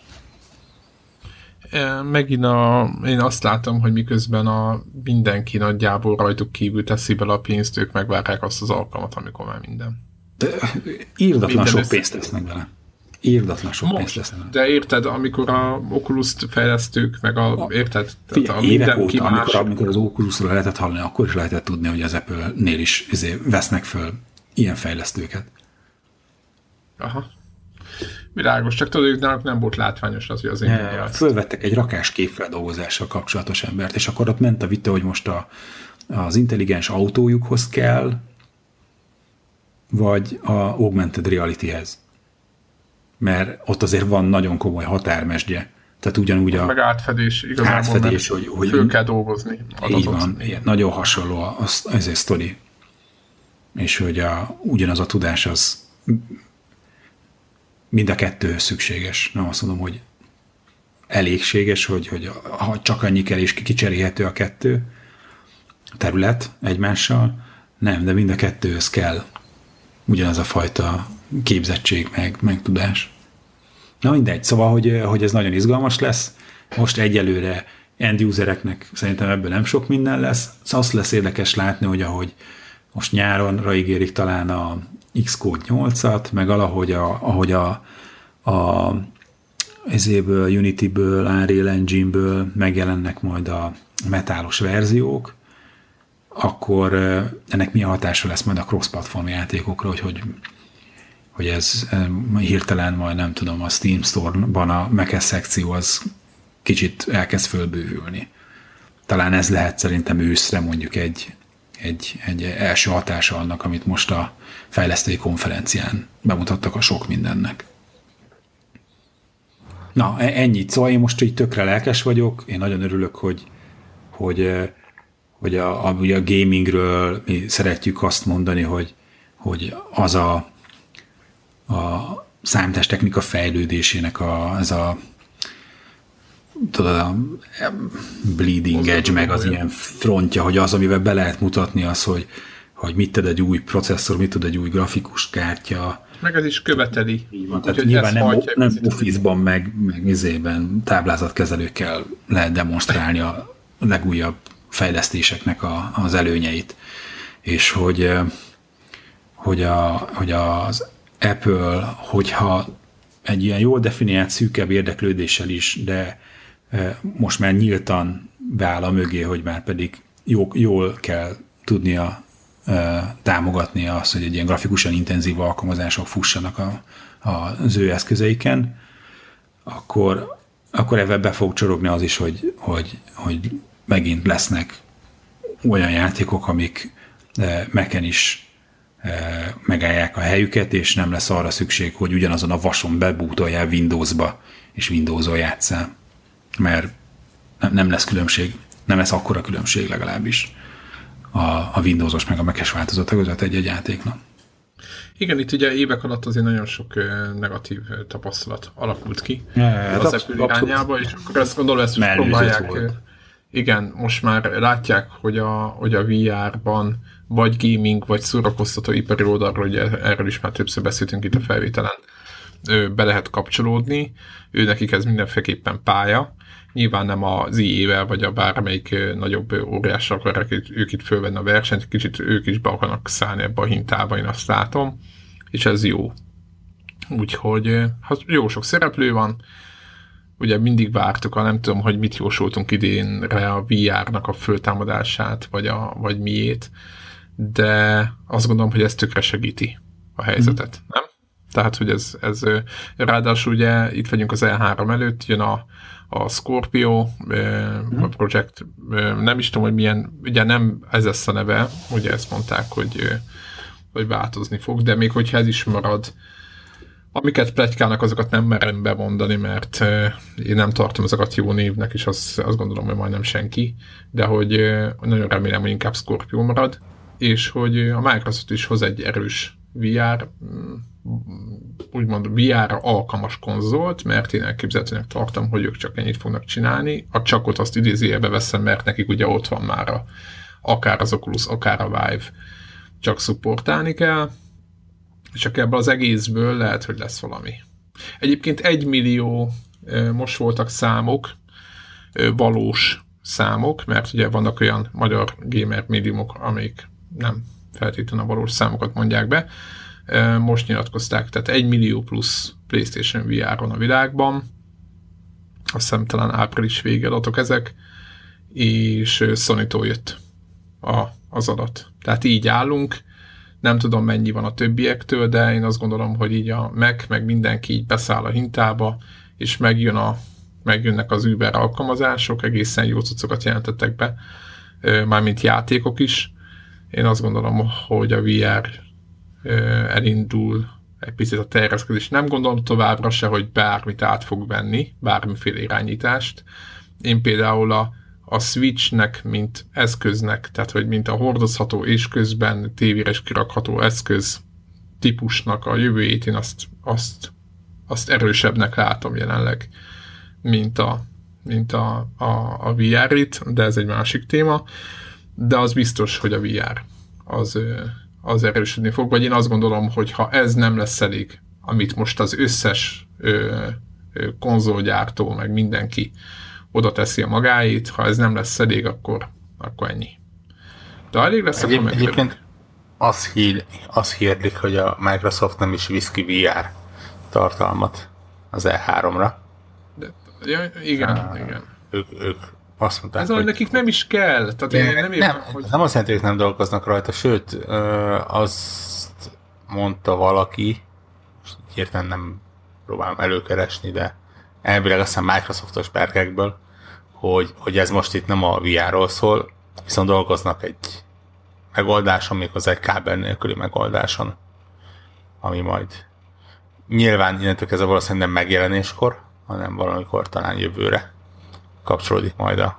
Megint én azt látom, hogy miközben mindenki nagyjából rajtuk kívül teszi bele a pénzt, ők megvárják azt az alkalmat, amikor már minden. De írdatlan sok pénzt tesznek bele. Írdatlan sok pénzt tesznek bele. De érted, amikor a Oculus-t fejlesztők, meg érted? Figyelj, évek óta, amikor az Oculusról lehetett hallani, akkor is lehetett tudni, hogy az Apple-nél is vesznek föl ilyen fejlesztőket. Aha. Világos, csak tudod, hogy nem volt látványos az, hogy az én fölvettek egy rakás képfeldolgozással kapcsolatos embert, és akkor ott ment a vita, hogy most az intelligens autójukhoz kell, vagy a augmented realityhez. Mert ott azért van nagyon komoly határmesdje. Tehát ugyanúgy meg átfedés, igazából hogy föl kell dolgozni adatot. Így van, ilyen, nagyon hasonló ez egy sztori. És hogy ugyanaz a tudás az mind a kettőhöz szükséges. Nem azt mondom, hogy elégséges, hogy ha csak annyi kell és kicserélhető a kettő terület egymással. Nem, de mind a kettőhöz kell ugyanaz a fajta képzettség, meg tudás. Na mindegy, szóval, hogy ez nagyon izgalmas lesz. Most egyelőre end-usereknek szerintem ebből nem sok minden lesz. Azt lesz érdekes látni, hogy ahogy most nyáronra ígérik talán a Xcode 8-at, meg ahogy ezéből, Unity-ből, Unreal Engine-ből megjelennek majd a metálos verziók, akkor ennek milyen hatása lesz majd a cross-platform játékokra, hogy ez hirtelen majd nem tudom, a Steam Store-ban a Mac szekció az kicsit elkezd fölbővülni. Talán ez lehet szerintem őszre mondjuk egy első hatása annak, amit most a fejlesztői konferencián bemutattak a sok mindennek. Na, ennyit. Szóval én most így tökre lelkes vagyok. Én nagyon örülök, hogy a gamingről mi szeretjük azt mondani, hogy az a számítástechnika fejlődésének ez a tudod, a bleeding edge, meg az ilyen frontja, hogy az, amivel be lehet mutatni az, hogy mit tud egy új processzor, mit tud egy új grafikus kártya. Meg ez is követeli. Tehát nyilván nem Office-ban, meg izében táblázatkezelőkkel lehet demonstrálni a legújabb fejlesztéseknek az előnyeit. És hogy az Apple, hogyha egy ilyen jól definiált, szűkebb érdeklődéssel is, de most már nyíltan beáll a mögé, hogy már pedig jól kell tudnia támogatni azt, hogy egy ilyen grafikusan intenzív alkalmazások fussanak az ő eszközeiken, akkor ebben be fog csorogni az is, hogy megint lesznek olyan játékok, amik Mac-en is megállják a helyüket, és nem lesz arra szükség, hogy ugyanazon a vason bebútoljál Windowsba, és Windows-on játsszál. Mert nem lesz különbség, nem lesz akkora különbség legalábbis a Windowsos meg a Mac-es változata között egy játéknak. Igen, itt ugye évek alatt azért nagyon sok negatív tapasztalat alakult ki az Apple irányába, és akkor ezt gondolom, ezt most próbálják. Igen, most már látják, hogy a VR-ban vagy gaming, vagy szórakoztató ipari oldalról, ugye erről is már többször beszéltünk itt a felvételen, be lehet kapcsolódni, nekik ez mindenféleképpen pálya. Nyilván nem az EA-vel, vagy a bármelyik nagyobb óriással akarják ők itt fölvenni a versenyt, kicsit ők is be akarnak szállni ebbe a hintába, én azt látom, és ez jó. Úgyhogy jó sok szereplő van, ugye mindig vártuk, nem tudom, hogy mit jósoltunk idénre a VR-nak a föltámadását, vagy miét, de azt gondolom, hogy ez tökre segíti a helyzetet, nem? Tehát, hogy ez ráadásul ugye itt vagyunk az E3 előtt, jön a Scorpio a projekt, nem is tudom, hogy milyen, ugye nem ez lesz a neve, ugye ezt mondták, hogy változni fog, de még hogyha ez is marad, amiket pletykálnak, azokat nem merem bemondani, mert én nem tartom azokat jó névnek, és azt gondolom, hogy majdnem senki, de hogy nagyon remélem, hogy inkább Scorpio marad, és hogy a Microsoft is hoz egy erős VR, úgymond VR-ra alkalmas konzolt, mert én elképzelhetőnek tartom, hogy ők csak ennyit fognak csinálni. A csakot azt idézőjelbe veszem, mert nekik ugye ott van már akár az Oculus, akár a Vive, csak szupportálni kell, és akkor ebből az egészből lehet, hogy lesz valami. Egyébként 1 millió, most voltak számok, valós számok, mert ugye vannak olyan magyar gamer médiumok, amik nem feltétlenül a valós számokat mondják be. Most nyilatkozták, tehát 1 millió plusz PlayStation VR-on a világban. Azt hiszem talán április vége adatok ezek, és Sony-tól jött az adat. Tehát így állunk. Nem tudom, mennyi van a többiektől, de én azt gondolom, hogy így a Mac, meg mindenki így beszáll a hintába, és megjönnek az Uber alkalmazások, egészen jó cuccokat jelentettek be, mármint játékok is. Én azt gondolom, hogy a VR elindul egy picit a terjeszkedés. Nem gondolom továbbra se, hogy bármit át fog venni, bármiféle irányítást. Én például a Switchnek, mint eszköznek, tehát hogy mint a hordozható és közben tévére is kirakható eszköz típusnak a jövőjét, én azt erősebbnek látom jelenleg, mint a VR-it, de ez egy másik téma. De az biztos, hogy a VR az erősödni fog, vagy én azt gondolom, hogy ha ez nem lesz elég, amit most az összes konzolgyártó, meg mindenki oda teszi a magáit, ha ez nem lesz elég, akkor ennyi. De elég lesz, akkor meg... Egyébként azt hírlik, hogy a Microsoft nem is visz ki VR tartalmat az E3-ra. Igen. Ők azt mondták, ez hogy nekik nem is kell. Tehát én nem értem, hogy... Nem azt jelenti, hogy nem dolgoznak rajta, sőt, azt mondta valaki, most hirtelen nem próbálom előkeresni, de elvileg aztán Microsoftos berkekből, hogy ez most itt nem a VR-ról szól, viszont dolgoznak egy megoldáson, méghozzá egy kábel nélküli megoldáson, ami majd nyilván innentől kezdve valószínűleg nem megjelenéskor, hanem valamikor talán jövőre kapcsolódik majd a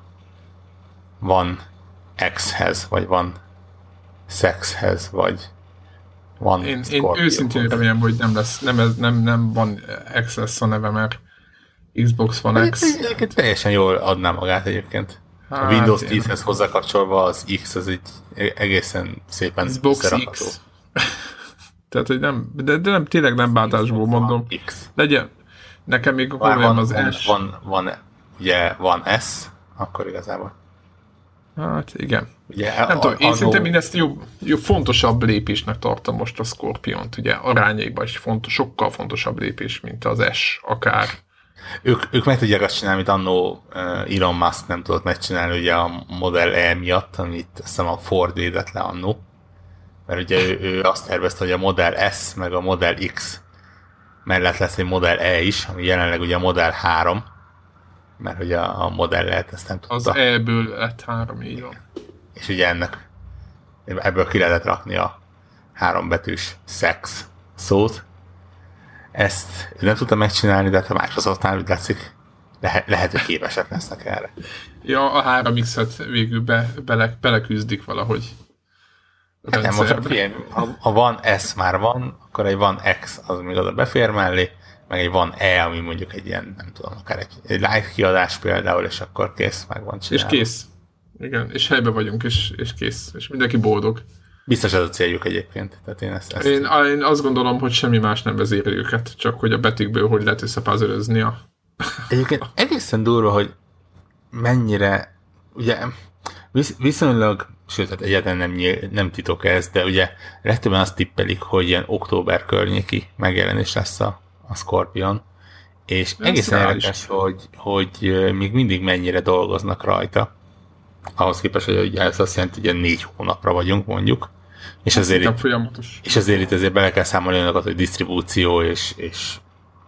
van X-hez, vagy van Sexhez, vagy van Én őszintén remélem, hogy nem lesz, nem van X lesz a neve, mert Xbox One X. Egyébként teljesen jól adná magát egyébként. A Windows 10-hez hozzákapcsolva az X az egy egészen szépen Xbox X. Tehát, hogy nem, de nem, tényleg nem bántásból mondom. X. Legyen, nekem még van az S. Ugye van S, akkor igazából. Hát igen. Ugye, nem tudom, én szerintem én ezt jobb, fontosabb lépésnek tartom most a Scorpiont, ugye arányaiban is sokkal fontosabb lépés, mint az S akár. Ők meg tudják azt csinálni, amit annó Elon Musk nem tudott megcsinálni ugye a Model E miatt, amit azt hiszem a Ford védett le annó. Mert ugye ő azt tervezte, hogy a Model S meg a Model X mellett lesz egy Model E is, ami jelenleg ugye a Model 3, mert ugye a Model E-t ezt nem tudta. Az E-ből lett 3, így van. És ugye ebből ki lehetett rakni a 3 betűs sex szót. Ezt nem tudta megcsinálni, de a Microsoftnál úgy látszik, lehet, hogy képesek lesznek erre. Ja, a 3X-et végül beleküzdik valahogy. Hát nem, most ha van S már van, akkor egy van X az még oda befér mellé, meg egy van E, ami mondjuk egy ilyen, nem tudom, akár egy live kiadás például, és akkor kész, meg van csinálva. És kész. Igen, és helyben vagyunk, és kész. És mindenki boldog. Biztos ez a céljuk egyébként. Tehát én azt gondolom, hogy semmi más nem vezéri őket, csak hogy a betűkből hogy lehet összepázolözni a... Egyébként egészen durva, hogy mennyire, ugye viszonylag, sőt, hát egyáltalán nem titok ez, de ugye legtöbben azt tippelik, hogy ilyen október környéki megjelenés lesz a Scorpion, és ez egészen érdekes, hogy még mindig mennyire dolgoznak rajta. Ahhoz képest, hogy ez azt jelenti, hogy ilyen 4 hónapra vagyunk, mondjuk. És azért itt bele kell számolni olyanokat, hogy disztribúció és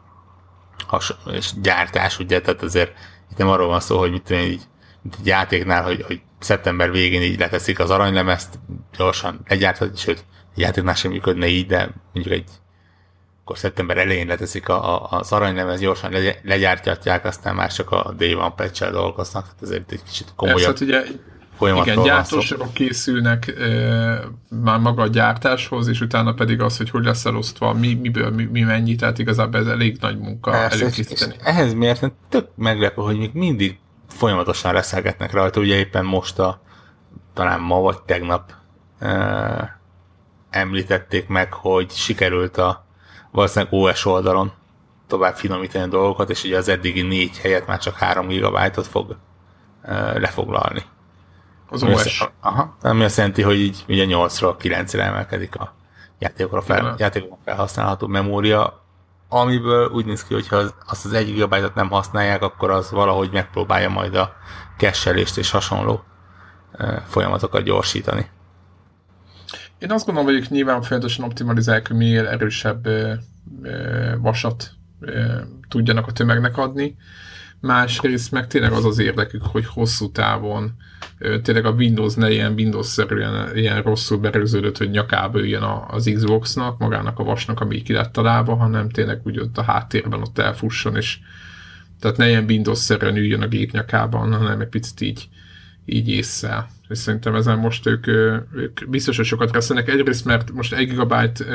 gyártás, ugye, tehát azért itt nem arról van szó, hogy mit tudom, így, mint egy játéknál, hogy szeptember végén így leteszik az aranylemezt, gyorsan legyárthat, sőt, egy játéknál sem működne így, de mondjuk akkor szeptember elején leteszik az aranylemez, gyorsan legyártják, aztán már csak a Day One patch-el dolgoznak, tehát ezért egy kicsit komolyabb folyamatról igen, gyártósorok készülnek már maga a gyártáshoz, és utána pedig az, hogy lesz elosztva, miből mi mennyi, tehát igazából ez elég nagy munka előkészíteni. Ehhez miért tök meglepő, hogy még mindig folyamatosan reszelgetnek rajta, ugye éppen most talán ma vagy tegnap említették meg, hogy sikerült valószínűleg OS oldalon tovább finomítani a dolgokat, és ugye az eddigi 4 helyet már csak 3 GB-ot fog lefoglalni. Az OS. Ami azt jelenti, hogy így ugye 8-ról 9-re emelkedik a játékokon felhasználható memória, amiből úgy néz ki, hogy ha azt az 1 GB-ot nem használják, akkor az valahogy megpróbálja majd a cache-elést és hasonló folyamatokat gyorsítani. Én azt gondolom, hogy ők nyilván folyamatosan optimalizálják, hogy minél erősebb vasat tudjanak a tömegnek adni. Másrészt meg tényleg az az érdekük, hogy hosszú távon tényleg a Windows ne ilyen Windows-szerűen ilyen rosszul berögződött, hogy nyakába üljön az Xboxnak, magának a vasnak, ami ki lett találva, hanem tényleg úgy ott a háttérben ott elfusson, és tehát ne ilyen Windows-szerűen üljön a gép nyakában, hanem egy picit így észre. És szerintem ezen most ők biztos, hogy sokat reszenek. Egyrészt, mert most 1 GB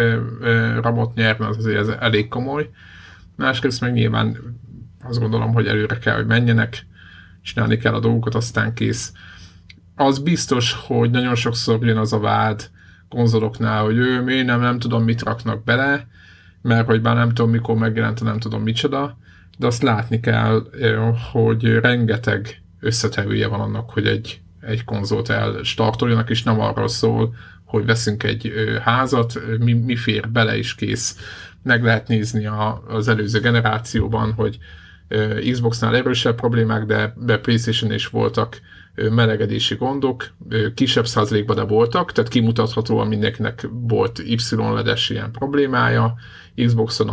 RAM-ot nyerni, az azért ez elég komoly. Másrészt meg nyilván azt gondolom, hogy előre kell, hogy menjenek, csinálni kell a dolgokat, aztán kész. Az biztos, hogy nagyon sokszor jön az a vád konzoloknál, hogy én nem tudom, mit raknak bele, mert hogy már nem tudom, mikor megjelent, nem tudom micsoda, de azt látni kell, hogy rengeteg összetevője van annak, hogy egy konzolt elstartoljanak, és nem arról szól, hogy veszünk egy házat, mi fér bele is kész. Meg lehet nézni az előző generációban, hogy Xboxnál erősebb problémák, de PlayStation is voltak melegedési gondok, kisebb százalékban, de voltak, tehát kimutathatóan mindenkinek volt Y-ledes ilyen problémája, Xboxon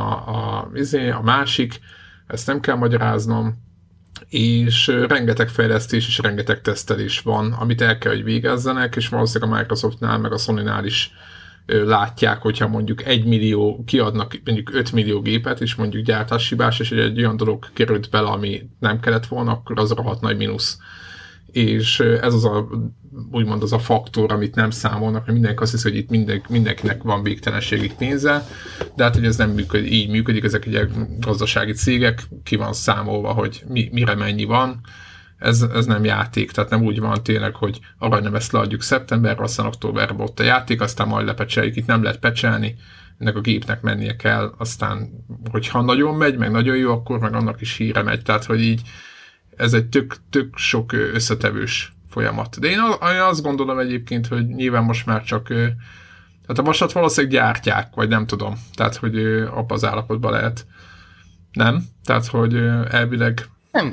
a másik, ezt nem kell magyaráznom, és rengeteg fejlesztés és rengeteg tesztelés van, amit el kell, hogy végezzenek, és valószínűleg a Microsoftnál, meg a Sonynál is látják, hogyha mondjuk 1 millió, kiadnak mondjuk 5 millió gépet, és mondjuk gyártáshibás, és egy olyan dolog került bele, ami nem kellett volna, akkor az rohadt nagy mínusz. És ez úgymond az a faktor, amit nem számolnak, mert mindenki azt hiszi, hogy itt mindenkinek van végtelenségig pénze, de hát, hogy ez nem így működik, ezek egy gazdasági cégek, ki van számolva, hogy mire mennyi van, ez nem játék, tehát nem úgy van tényleg, hogy arra nem ezt leadjuk szeptemberre, aztán októberben ott a játék, aztán majd lepecseljük, itt nem lehet pecselni, ennek a gépnek mennie kell, aztán hogyha nagyon megy, meg nagyon jó, akkor meg annak is híre megy, tehát hogy így ez egy tök sok összetevős folyamat. De én azt gondolom egyébként, hogy nyilván most már csak tehát a vasat valószínűleg gyártják, vagy nem tudom, tehát hogy abban az állapotban lehet. Nem? Tehát, hogy elvileg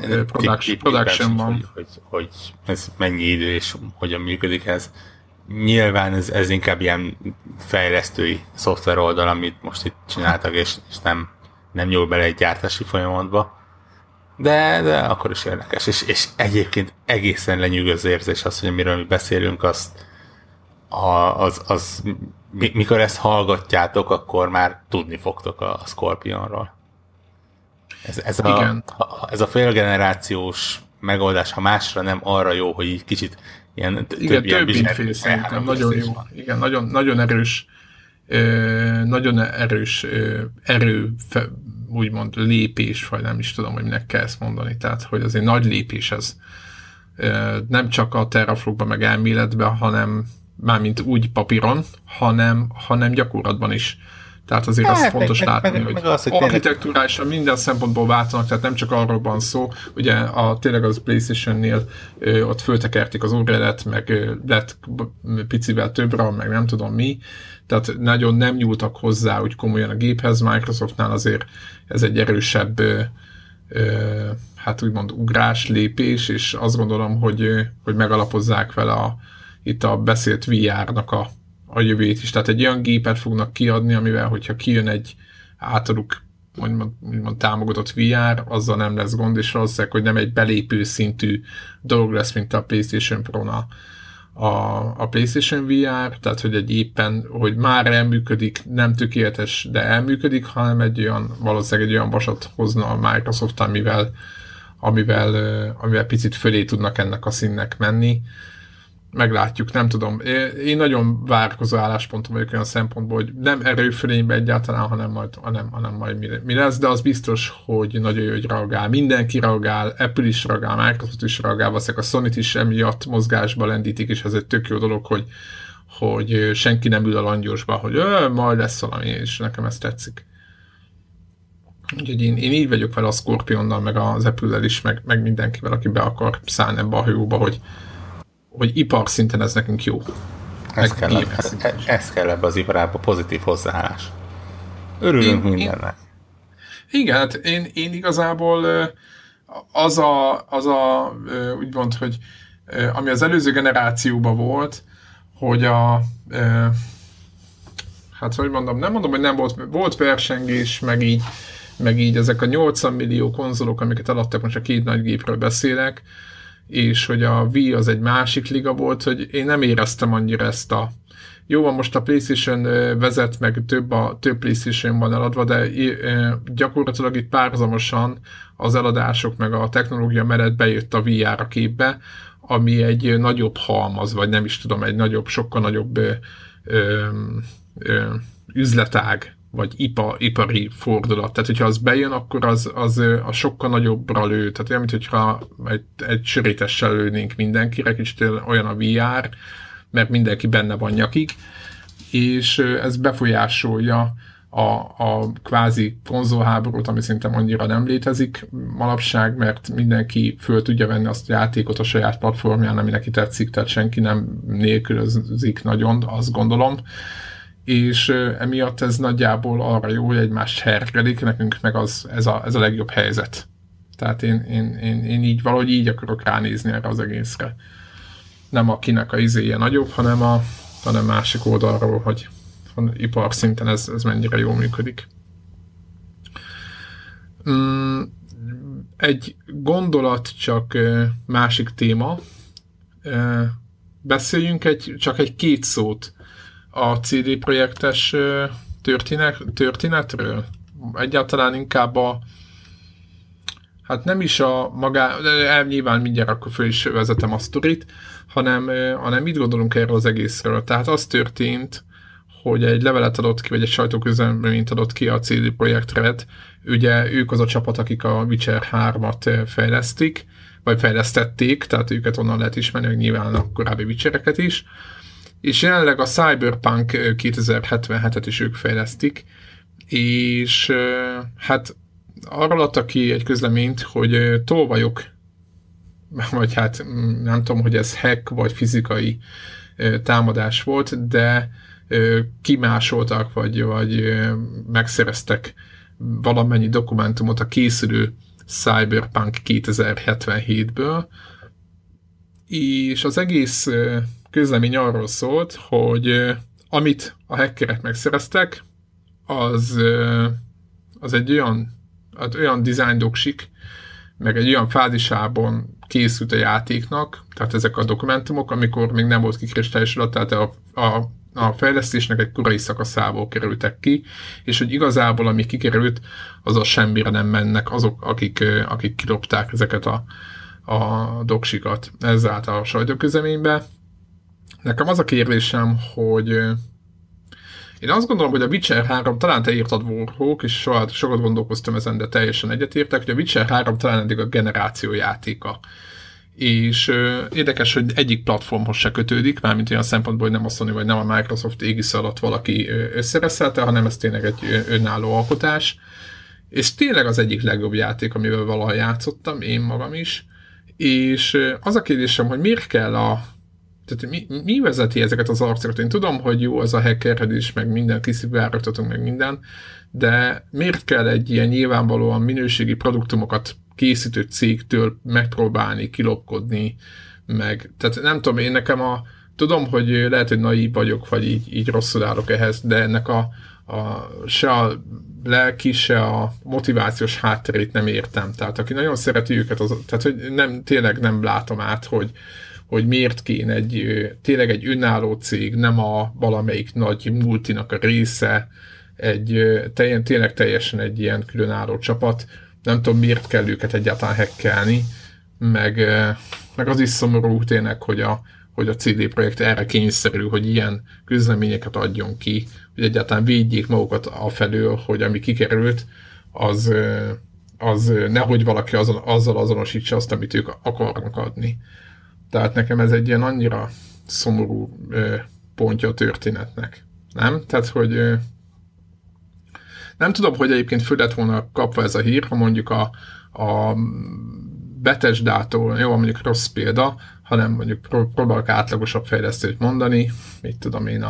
production van. Hogy ez mennyi idő és hogyan működik ez. Nyilván ez inkább ilyen fejlesztői szoftver oldal, amit most itt csináltak, és nem nyúl bele egy gyártási folyamatba. De akkor is érdekes. És egyébként egészen lenyűgöző érzés az, hogy amiről mi beszélünk, mikor ezt hallgatjátok, akkor már tudni fogtok a Scorpionról. Ez a félgenerációs megoldás, ha másra nem arra jó, hogy így kicsit ilyen több infél szerintem, nagyon jó. Igen, nagyon erős úgymond lépés, vagy nem is tudom, hogy minek kell ezt mondani. Tehát, hogy azért nagy lépés ez. Nem csak a teraflopban meg elméletben, hanem mármint úgy papíron, hanem gyakorlatban is. Tehát azért az fontos látni, hogy architektúrálisan minden szempontból váltanak, tehát nem csak arról van szó, ugye tényleg az PlayStation-nél ott föltekerték az órálet, meg lett picivel több RAM, meg nem tudom mi, tehát nagyon nem nyúltak hozzá úgy komolyan a géphez. Microsoftnál azért ez egy erősebb hát úgymond ugrás, lépés, és azt gondolom, hogy megalapozzák vele itt a beszélt VR-nak a jövőjét is. Tehát egy olyan gépet fognak kiadni, amivel, hogyha kijön egy általuk úgymond támogatott VR, azzal nem lesz gond, és valószínűleg, hogy nem egy belépő szintű dolog lesz, mint a PlayStation Pro-nál a PlayStation VR, tehát hogy hogy már elműködik, nem tökéletes, de elműködik, hanem valószínűleg egy olyan vasat hozna a Microsoft, amivel picit fölé tudnak ennek a színnek menni. Meglátjuk, nem tudom. Én nagyon várakozó álláspontom vagyok olyan szempontból, hogy nem erőfölénybe egyáltalán, hanem majd mi lesz, de az biztos, hogy nagyon jó, hogy reagál. Mindenki reagál, Apple is reagál, Microsoft is reagál, valószínűleg a Sony-t is emiatt mozgásba lendítik, és ez egy tök jó dolog, hogy senki nem ül a langyosba, hogy majd lesz valami, és nekem ez tetszik. Úgyhogy én így vagyok vele a Scorpionnal, meg az Apple-lel is, meg mindenkivel, aki be akar szállni ebbe a hajóba, hogy ipar szinten ez nekünk jó. Ez kell ebbe az iparába, pozitív hozzáállás. Örülünk mindennek. Igen, hát én igazából az a úgymond, hogy ami az előző generációban volt, hogy hát hogy mondom, nem mondom, hogy nem volt versengés, meg így ezek a 80 millió konzolok, amiket eladtak, most a 2 nagy gépről beszélek, és hogy a Wii az egy másik liga volt, hogy én nem éreztem annyira ezt a... Jó, van most a PlayStation vezet, meg több PlayStation van eladva, de gyakorlatilag itt párhuzamosan az eladások, meg a technológia mellett bejött a VR a képbe, ami egy nagyobb halmaz, vagy nem is tudom, egy nagyobb, sokkal nagyobb üzletág, vagy ipari fordulat. Tehát, hogyha az bejön, akkor az sokkal nagyobbra lő. Tehát olyan, mintha egy sörétessel lőnénk mindenkire, kicsit olyan a VR, mert mindenki benne van nyakig, és ez befolyásolja a kvázi konzolháborút, ami szerintem annyira nem létezik manapság, mert mindenki föl tudja venni azt a játékot a saját platformján, ami neki tetszik, tehát senki nem nélkülözik nagyon, azt gondolom. És emiatt ez nagyjából arra jó, hogy egymást hergelik, nekünk meg ez a legjobb helyzet. Tehát én így valahogy így akarok ránézni erre az egészre. Nem akinek a izéje nagyobb, hanem másik oldalról, hogy ipar szinten ez mennyire jól működik. Egy gondolat, csak másik téma. Beszéljünk csak egy 2 szót a CD Projektes történetről. Egyáltalán inkább hát nem is nyilván mindjárt akkor föl is vezetem a sztorit, hanem mit gondolunk erről az egészről. Tehát az történt, hogy egy levelet adott ki, vagy egy sajtóközleményt adott ki a CD Projekt Red. Ugye ők az a csapat, akik a Witcher 3-at fejlesztik, vagy fejlesztették, tehát őket onnan lehet ismerni, hogy nyilván a korábbi Witchereket is. És jelenleg a Cyberpunk 2077-et is ők fejlesztik, és hát arra adtak ki egy közleményt, hogy tolvajok, vagy hát nem tudom, hogy ez hack vagy fizikai támadás volt, de kimásoltak, vagy megszereztek valamennyi dokumentumot a készülő Cyberpunk 2077-ből, és az egész közlemény arról szólt, hogy amit a hackerek megszereztek, az egy olyan design doksik, meg egy olyan fázisában készült a játéknak, tehát ezek a dokumentumok, amikor még nem volt kikristályosodott, tehát a fejlesztésnek egy korai szakaszából kerültek ki, és hogy igazából ami kikerült, az semmire nem mennek azok, akik kilopták ezeket a doksikat ezáltal a sajtóközleménybe. Nekem az a kérdésem, hogy én azt gondolom, hogy a Witcher 3, talán te írtad Warhawk, és sokat gondolkoztam ezen, de teljesen egyetértek, hogy a Witcher 3 talán eddig a generáció játéka. És érdekes, hogy egyik platformhoz se kötődik, mármint olyan szempontból, hogy nem a Sony vagy nem a Microsoft égisze alatt valaki összereszelte, hanem ez tényleg egy önálló alkotás. És tényleg az egyik legjobb játék, amivel valaha játszottam, én magam is. És az a kérdésem, hogy miért kell tehát mi vezeti ezeket az arcokat? Én tudom, hogy jó az a hackerhedés, meg minden kiszivárogtatunk, meg minden, de miért kell egy ilyen nyilvánvalóan minőségi produktumokat készítő cégtől megpróbálni kilopkodni, meg, tehát nem tudom, én nekem tudom, hogy lehet, hogy naív vagyok, vagy így rosszul állok ehhez, de ennek se a lelki, se a motivációs hátterét nem értem. Tehát aki nagyon szereti őket, tehát hogy tényleg nem látom át, hogy miért kéne tényleg egy önálló cég, nem a valamelyik nagy multinak a része, tényleg teljesen egy ilyen különálló csapat. Nem tudom, miért kell őket egyáltalán hackelni, meg az is szomorú tényleg, hogy a CD Projekt erre kényszerül, hogy ilyen közleményeket adjon ki, hogy egyáltalán védjék magukat afelől, hogy ami kikerült, az nehogy valaki azzal azonosítsa azt, amit ők akarnak adni. Tehát nekem ez egy ilyen annyira szomorú pontja a történetnek. Nem? Tehát, hogy nem tudom, hogy egyébként föl lett volna kapva ez a hír, ha mondjuk a Bethesdától, jó, mondjuk rossz példa, hanem mondjuk próbálok átlagosabb fejlesztőt mondani, mit tudom én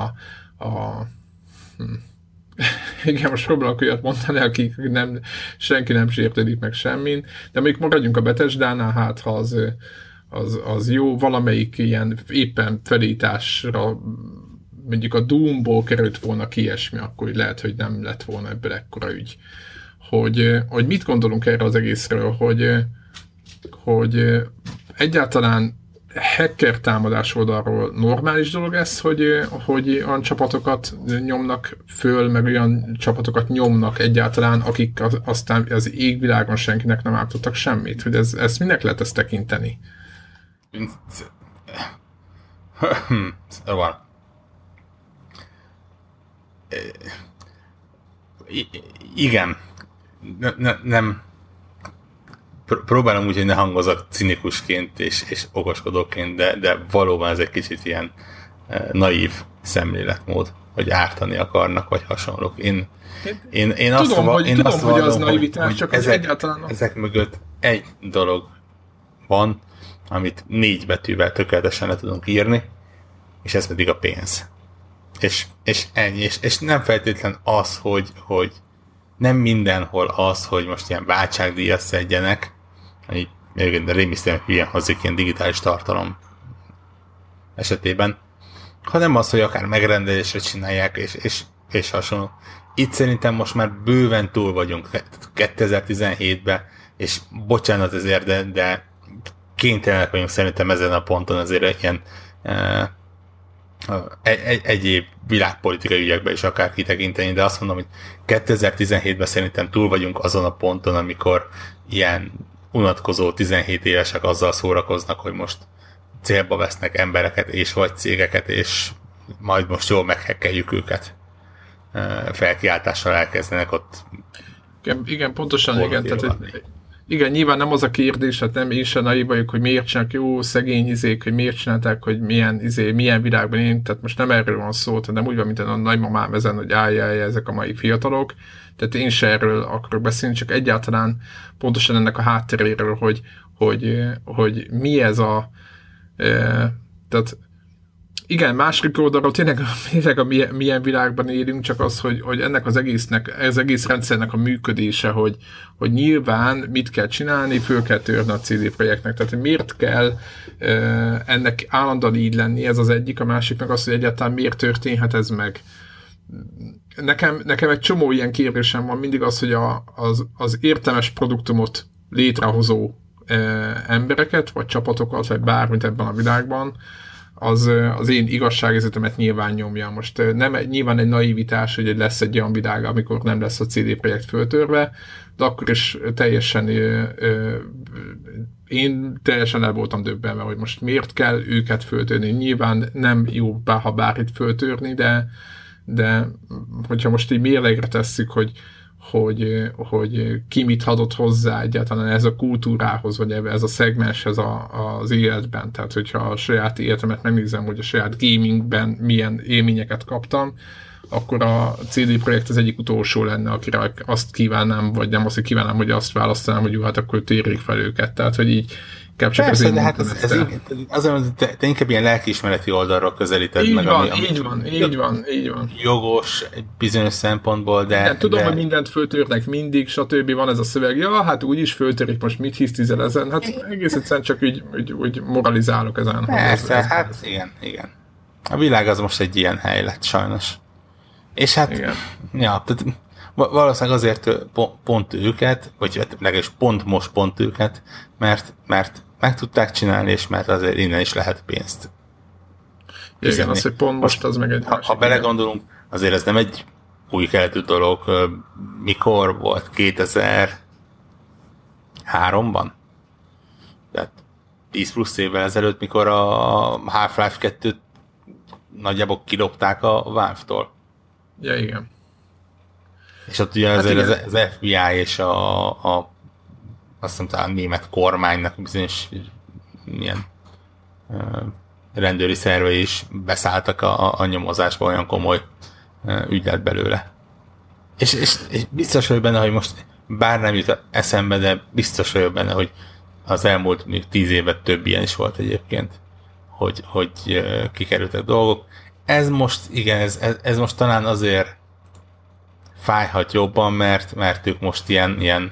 igen, most próbálok olyat mondani, akik senki nem sértődik meg semmin, de mondjuk maradjunk a Bethesdánál, hát ha az jó, valamelyik ilyen éppen felításra mondjuk a Doomból került volna ki ilyesmi, akkor lehet, hogy nem lett volna ebből ekkora ügy. Hogy mit gondolunk erre az egészről, hogy egyáltalán hacker támadás oldalról normális dolog ez, hogy olyan csapatokat nyomnak föl, meg olyan csapatokat nyomnak egyáltalán, akik aztán az égvilágon senkinek nem ártottak semmit, hogy ezt minek lehet ezt tekinteni? Van. Igen. Nem. Próbálom úgy, hogy ne hangozok cinikusként és okoskodóként, de valóban ez egy kicsit ilyen naív szemléletmód, hogy ártani akarnak, vagy hasonlók. Én azt tudom, hogy az naivitás, csak egyáltalán... Ezek mögött egy dolog van, amit 4 betűvel tökéletesen le tudunk írni, és ez pedig a pénz. És ennyi. És nem feltétlen az, hogy nem mindenhol az, hogy most ilyen váltságdíjat szedjenek, de rémisztően hülyen hozik ilyen digitális tartalom esetében, hanem az, hogy akár megrendelésre csinálják, és hasonló. Itt szerintem most már bőven túl vagyunk 2017-ben, és bocsánat ezért, de kénytelenek vagyunk szerintem ezen a ponton azért ilyen egyéb világpolitikai ügyekben is akár kitekinteni, de azt mondom, hogy 2017-ben szerintem túl vagyunk azon a ponton, amikor ilyen unatkozó 17 évesek azzal szórakoznak, hogy most célba vesznek embereket és vagy cégeket, és majd most jól meghekkeljük őket. Felkiáltással elkezdenek ott. Igen, pontosan igen. Tehát, igen, nyilván nem az a kérdés, hát nem én sem naív vagyok, hogy miért csinálják jó szegény izék, hogy miért csinálták, hogy milyen világban élünk, tehát most nem erről van szó, tehát nem úgy van, mint a nagymamám ezen, hogy állj, ezek a mai fiatalok, tehát én sem erről akarok beszélni, csak egyáltalán pontosan ennek a hátteréről, hogy mi ez a tehát igen, másik oldalról tényleg milyen világban élünk, csak az, hogy ennek az egész rendszernek a működése, hogy nyilván mit kell csinálni, föl kell törni a CD Projektnek. Tehát miért kell ennek állandóan így lenni, ez az egyik, a másik meg az, hogy egyáltalán miért történhet ez meg. Nekem egy csomó ilyen kérdésem van, mindig az, hogy az értelmes produktumot létrehozó embereket, vagy csapatokat, vagy bármit ebben a világban, az én igazságérzetemet nyilván nyomja. Most nyilván egy naivitás, hogy lesz egy olyan világ, amikor nem lesz a CD Projekt föltörve, de akkor is teljesen én teljesen el voltam döbbenve, hogy most miért kell őket föltörni. Nyilván nem jó, ha bármit föltörni, de hogyha most így mérlegre tesszük, hogy ki mit adott hozzá egyáltalán ez a kultúrához, vagy ez a szegmenshez az életben. Tehát, hogyha a saját életemet megnézem, hogy a saját gamingben milyen élményeket kaptam, akkor a CD Projekt az egyik utolsó lenne, akire azt kívánnám, vagy nem azt, hogy kívánnám, hogy azt választanám, hogy jó, hát akkor térjék fel őket. Tehát, hogy így csak persze, de hát azért te inkább ilyen lelkiismereti oldalról közelíted így meg. Van, így van. Jogos egy bizonyos szempontból, de... Igen, tudom, hogy mindent föltörnek mindig, stb. Van ez a szöveg, ja, hát úgyis föltörik, most mit hisztizel ezen? Hát egész egyszerűen csak úgy moralizálok ezen. Persze, hát igen. A világ az most egy ilyen hely lett, sajnos. És hát, igen. Ja, tehát valószínűleg azért pont őket, vagy legalábbis pont őket, mert meg tudták csinálni, és mert azért innen is lehet pénzt fizetni. Igen, az, hogy pont most az meg egy másik. Ha belegondolunk, azért ez nem egy új keletű dolog. Mikor volt? 2003-ban? Tehát 10 plusz évvel ezelőtt, mikor a Half-Life 2-t nagyjából kilopták a Valve-tól. Ja, igen. És ott ugye azért az FBI és azt hiszem talán a német kormánynak bizonyos ilyen rendőri szervei is beszálltak a nyomozásba, olyan komoly ügy lett belőle. És biztos vagyok benne, hogy most bár nem jut eszembe, de biztos vagyok benne, hogy az elmúlt 10 évet több ilyen is volt egyébként, hogy kikerültek dolgok. Ez most, igen, ez most talán azért fájhat jobban, mert ők most ilyen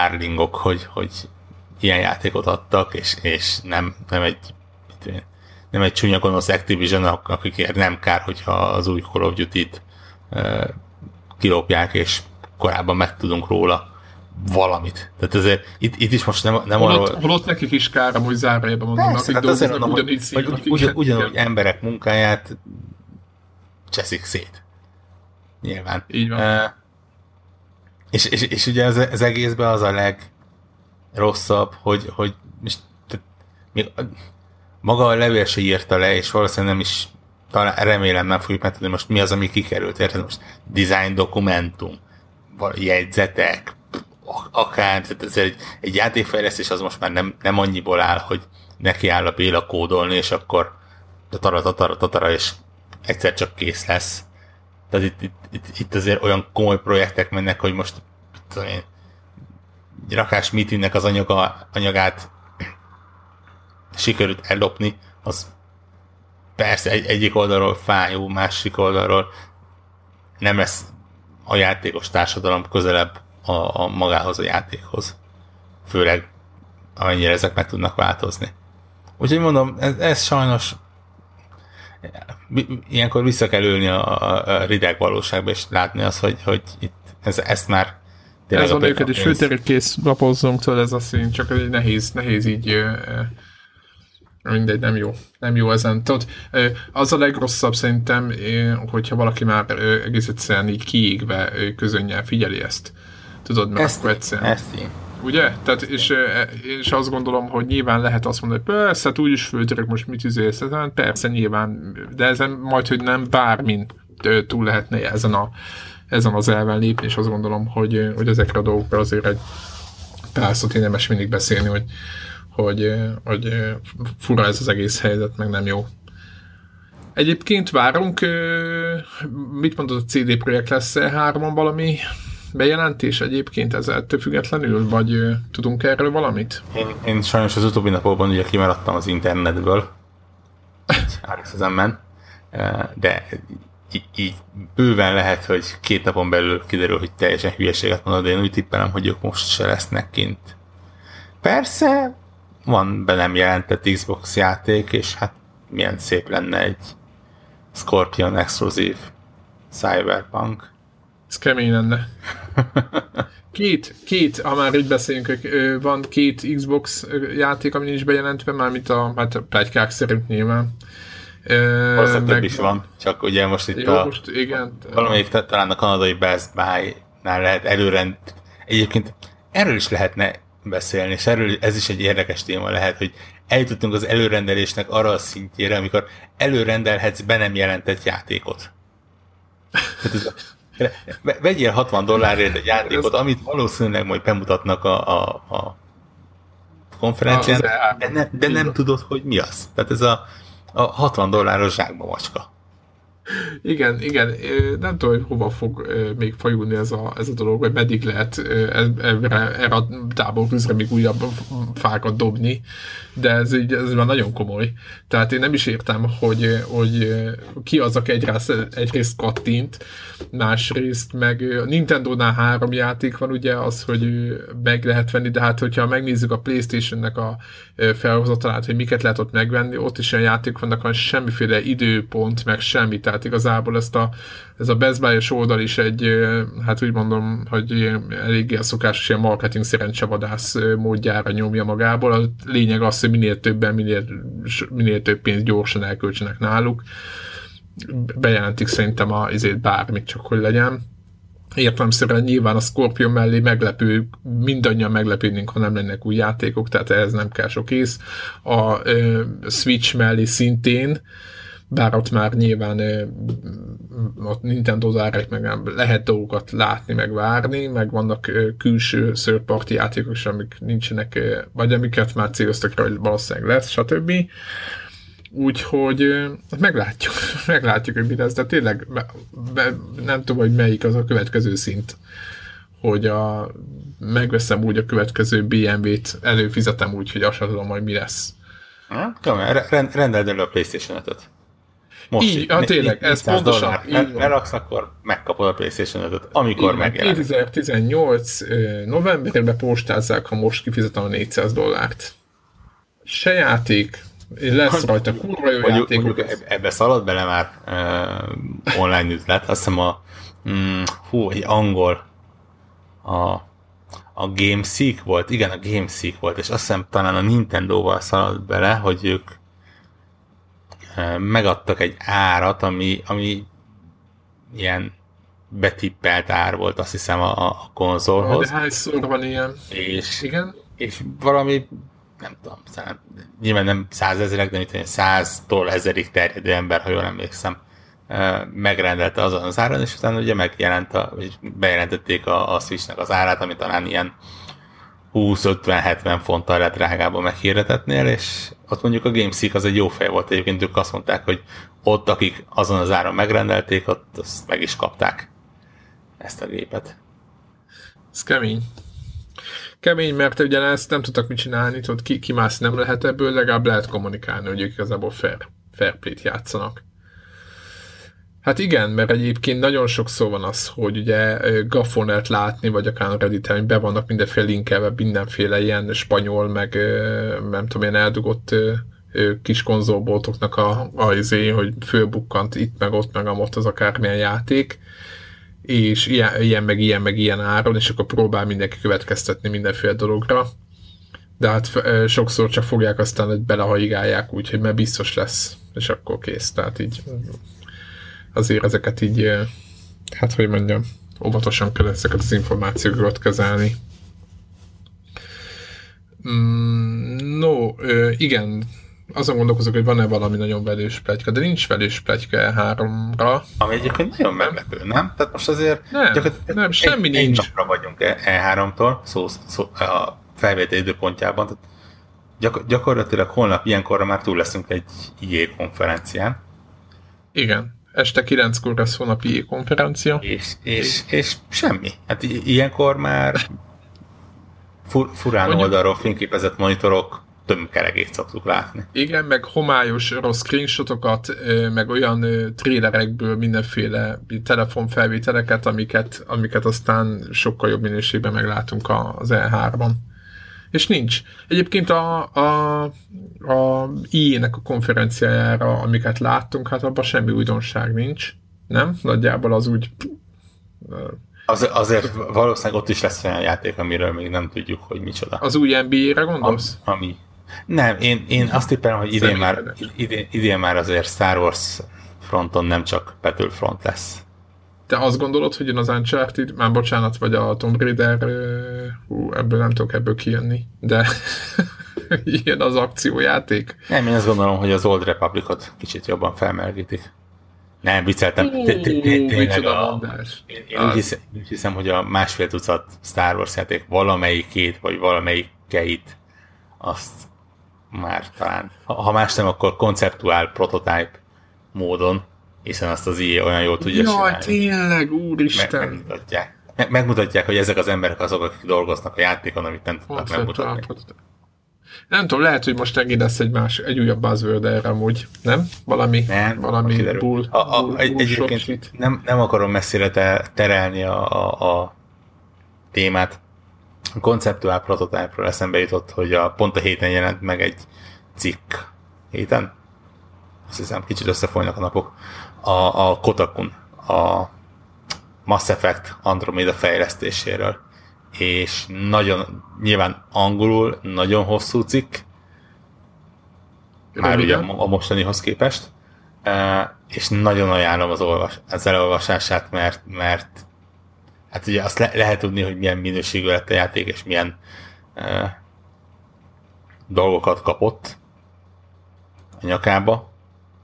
darlingok, hogy ilyen játékot adtak, és nem egy nem egy csúnya gonosz Activision, akikért nem kár, hogyha az új Call of Duty-t kilopják, és korábban megtudunk róla valamit. Tehát ezért itt is most nem arról... Holott nekik is kár, hogy zárójelben mondom, akik hát dolgoznak ugyanígy ugyanúgy emberek munkáját cseszik szét. Nyilván. Így van. És ugye az egészben az a legrosszabb, hogy még maga a levél se írta le, és valószínűleg nem is, talán remélem nem fogjuk megtudni most mi az, ami kikerült, érted? Most design dokumentum, jegyzetek, akár, tehát ez egy játékfejlesztés az most már nem annyiból áll, hogy neki áll a Béla kódolni, és akkor tatara, és egyszer csak kész lesz. Tehát itt azért olyan komoly projektek mennek, hogy most tudom én, Rakás Meetingnek az anyagát sikerült ellopni, az persze egyik oldalról fájó, másik oldalról nem lesz a játékos társadalom közelebb a magához a játékhoz. Főleg amennyire ezek meg tudnak változni. Úgyhogy mondom, ez sajnos ilyenkor vissza kell ülni a rideg valóságba, és látni azt, hogy itt ezt már tényleg ez van őket is főterükész lapozzunk tőle, ez a szín, csak egy nehéz így mindegy, nem jó ezen. Tudod, az a legrosszabb szerintem, hogyha valaki már egész egyszerűen így kiégve közönnyel figyeli ezt. Tudod, mert akkor egyszerűen... Ugye? Tehát, és azt gondolom, hogy nyilván lehet azt mondani, hogy persze, hát úgyis föltörök, most mit üzélsz? Persze, nyilván, de ezen majd, hogy nem bármin túl lehetne ezen az elven lépni, és azt gondolom, hogy ezekre a dolgokra azért egy pár szót érdemes mindig beszélni, hogy fura ez az egész helyzet, meg nem jó. Egyébként várunk, mit mondod, a CD Projekt lesz-e 3-on valami bejelentés egyébként ettől függetlenül, vagy tudunk erről valamit? Én sajnos az utóbbi napokban ugye kimaradtam az internetből, RSS-en, de így bőven lehet, hogy 2 napon belül kiderül, hogy teljesen hülyeséget mondod, de én úgy tippelem, hogy ők most se lesznek kint. Persze, van be nem jelentett Xbox játék, és hát milyen szép lenne egy Scorpion exkluzív Cyberpunk. Ez kemény lenne. Ha már így beszélünk, hogy van 2 Xbox játék, ami nincs bejelentve, mármint a pletykák szerint nyilván. Valószínűleg több is van, csak ugye most itt igen. Valamelyik talán a kanadai Best Buy-nál lehet egyébként erről is lehetne beszélni, és ez is egy érdekes téma lehet, hogy eljutottunk az előrendelésnek arra a szintjére, amikor előrendelhetsz be nem jelentett játékot. Vegyél $60 egy játékot, amit valószínűleg majd bemutatnak a konferencián, de nem tudod, hogy mi az. Tehát ez a $60 zsákba macska. Igen, nem tudom, hogy hova fog még fajulni ez a dolog, vagy meddig lehet erre a táborhűzre még újabb fákat dobni, de ez már nagyon komoly. Tehát én nem is értem, hogy ki az, aki egyrészt kattint, másrészt meg a Nintendo-nál 3 játék van, ugye az, hogy meg lehet venni, de hát hogyha megnézzük a PlayStation-nek a felhozatalát, hogy miket lehet ott megvenni, ott is olyan játék vannak, van semmiféle időpont, meg semmi, tehát igazából ez a Best Buy-os oldal is egy, hát úgy mondom, hogy eléggé a szokásos ilyen marketing szerencsevadász módjára nyomja magából. A lényeg az, hogy minél több pénzt gyorsan elköltsenek náluk. Bejelentik szerintem bármit, csak hogy legyen. Értelemszerűen nyilván a Scorpion mellé mindannyian meglepődnénk, ha nem lennek új játékok, tehát ehhez nem kell sok ész. A Switch mellé szintén, bár ott már nyilván a Nintendo zárják, meg lehet dolgokat látni, meg várni, meg vannak külső third-party játékok, amik nincsenek, vagy amiket már céloztak rá, hogy valószínűleg lesz, stb. Úgyhogy meglátjuk, hogy mi lesz, de tényleg nem tudom, hogy melyik az a következő szint, hogy megveszem úgy a következő BMW-t, előfizetem úgy, hogy azt sem tudom, hogy mi lesz. Rendeld elő a PlayStation 5-öt. Most így, tényleg, ez pontosan leraksz, akkor megkapod a PlayStation 5-öt, amikor megjelenik. 2018 novemberben postázzák, ha most kifizetem a $400. Se játék, Lesz rajta kurva jó játékok. Mondjuk ebbe szalad bele már online üzlet. Azt hiszem egy angol a GameSeek volt, igen, a GameSeek volt, és azt hiszem talán a Nintendo-val szaladt bele, hogy ők megadtak egy árat, ami ilyen betippelt ár volt, azt hiszem a konzolhoz. De hányszor van ilyen? Igen? És valami, nem tudom, nyilván nem 100 000, de mint 100-tól 1000-ig terjedő ember, ha jól emlékszem, megrendelte azon az áron, és utána ugye bejelentették a Switchnek az árát, ami talán ilyen 20-50-70 fonttal lett drágában meghirdetetnél, és ott mondjuk a GameSeek az egy jó fej volt, egyébként ők azt mondták, hogy ott, akik azon az áron megrendelték, ott azt meg is kapták ezt a gépet. Ez kemény. Kemény, mert ugye ezt nem tudtak mit csinálni, tudod, kimászni nem lehet ebből, legalább lehet kommunikálni, hogy ők igazából fair play-t játszanak. Hát igen, mert egyébként nagyon sokszor van az, hogy ugye grafon lehet látni, vagy akár a Redditen, hogy be vannak mindenféle linkelve, mindenféle ilyen spanyol, meg nem tudom, ilyen eldugott kis konzolboltoknak hogy fölbukkant itt, meg ott, meg amott az akármilyen játék, és ilyen áron, és akkor próbál mindenki következtetni mindenféle dologra. De hát sokszor csak fogják aztán, hogy belehaigálják úgy, hogy mert biztos lesz, és akkor kész. Tehát így azért ezeket így, hát hogy mondjam, óvatosan kell ezeket az információkat kezelni. Igen, azon gondolkozok, hogy van-e valami nagyon velős pletyka, de nincs velős pletyka E3-ra. Ami egyébként nagyon meglepő, nem? Tehát most azért nem, semmi nincs. Egy napra vagyunk E3-tól, a felvétel időpontjában. Tehát gyakorlatilag holnap ilyenkorra már túl leszünk egy EA konferencián. Igen. Este 9-kor lesz holnap EA konferencia. És semmi. Hát ilyenkor már furán oldalról fényképezett monitorok tömkeregét szoktuk látni. Igen, meg homályos rossz screenshotokat, meg olyan trailerekből mindenféle telefonfelvételeket, amiket aztán sokkal jobb minőségben meglátunk az E3-ban. És nincs. Egyébként a EA-nek a konferenciájára, amiket láttunk, hát abban semmi újdonság nincs. Nem? Nagyjából az úgy... Azért valószínűleg ott is lesz olyan játék, amiről még nem tudjuk, hogy micsoda. Az új NBA-re gondolsz? Nem, én azt tippelem, hogy idén már azért Star Wars fronton nem csak Battlefront lesz. Te azt gondolod, hogy jön az Uncharted, már bocsánat, vagy a Tomb Raider, ebből nem tudok ebből kijönni, de ilyen az akciójáték? Nem, én azt gondolom, hogy az Old Republicot kicsit jobban felmelegítik. Nem, vicceltem. Tényleg én úgy hiszem, hogy a 1,5 tucat Star Wars játék valamelyikét, vagy valamelyikeit azt már talán, ha más nem, akkor konceptuál prototype módon, hiszen azt az EA olyan jól tudja csinálni. Jaj, tényleg, úristen! Megmutatják, hogy ezek az emberek azok, akik dolgoznak a játékon, amit nem tudnak megmutatni. Nem tudom, lehet, hogy most megint lesz egy újabb buzzword erre amúgy, nem? Valami bull egyébként nem akarom messzire terelni a témát. A konceptuál prototype-ról eszembe jutott, hogy pont a héten jelent meg egy cikk. Héten? Azt hiszem, kicsit összefolynak a napok. A Kotakun, a Mass Effect Andromeda fejlesztéséről. És nagyon, nyilván angolul, nagyon hosszú cikk, már ugye a mostanihoz képest, és nagyon ajánlom az elolvasását, mert hát ugye azt lehet tudni, hogy milyen minőségű lett a játék, és milyen dolgokat kapott a nyakába,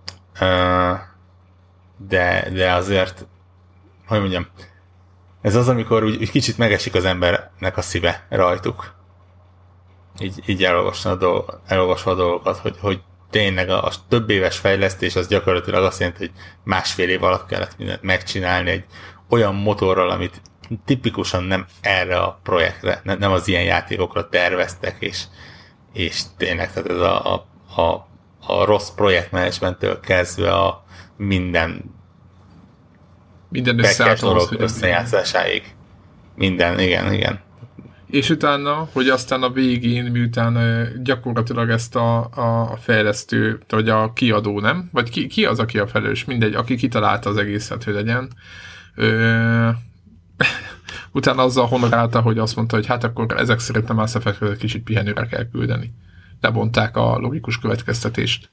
de azért, hogy mondjam, ez az, amikor úgy kicsit megesik az embernek a szíve rajtuk. Így elolvasva a dolgokat, hogy tényleg a több éves fejlesztés az gyakorlatilag azt jelenti, hogy 1,5 év alatt kellett mindent megcsinálni egy olyan motorral, amit tipikusan nem erre a projektre, nem az ilyen játékokra terveztek, és tényleg tehát ez a rossz projektmenedzsmenttől kezdve a minden összeállt összejátszásáig. Minden, igen. És utána, hogy aztán a végén, miután gyakorlatilag ezt a fejlesztő, vagy a kiadó, nem? Vagy ki az, aki a felelős? Mindegy, aki kitalálta az egészet, hogy legyen. Utána azzal honorálta, hogy azt mondta, hogy hát akkor ezek szerint a Mass Effect-et egy kicsit pihenőre kell küldeni. Lebonták a logikus következtetést.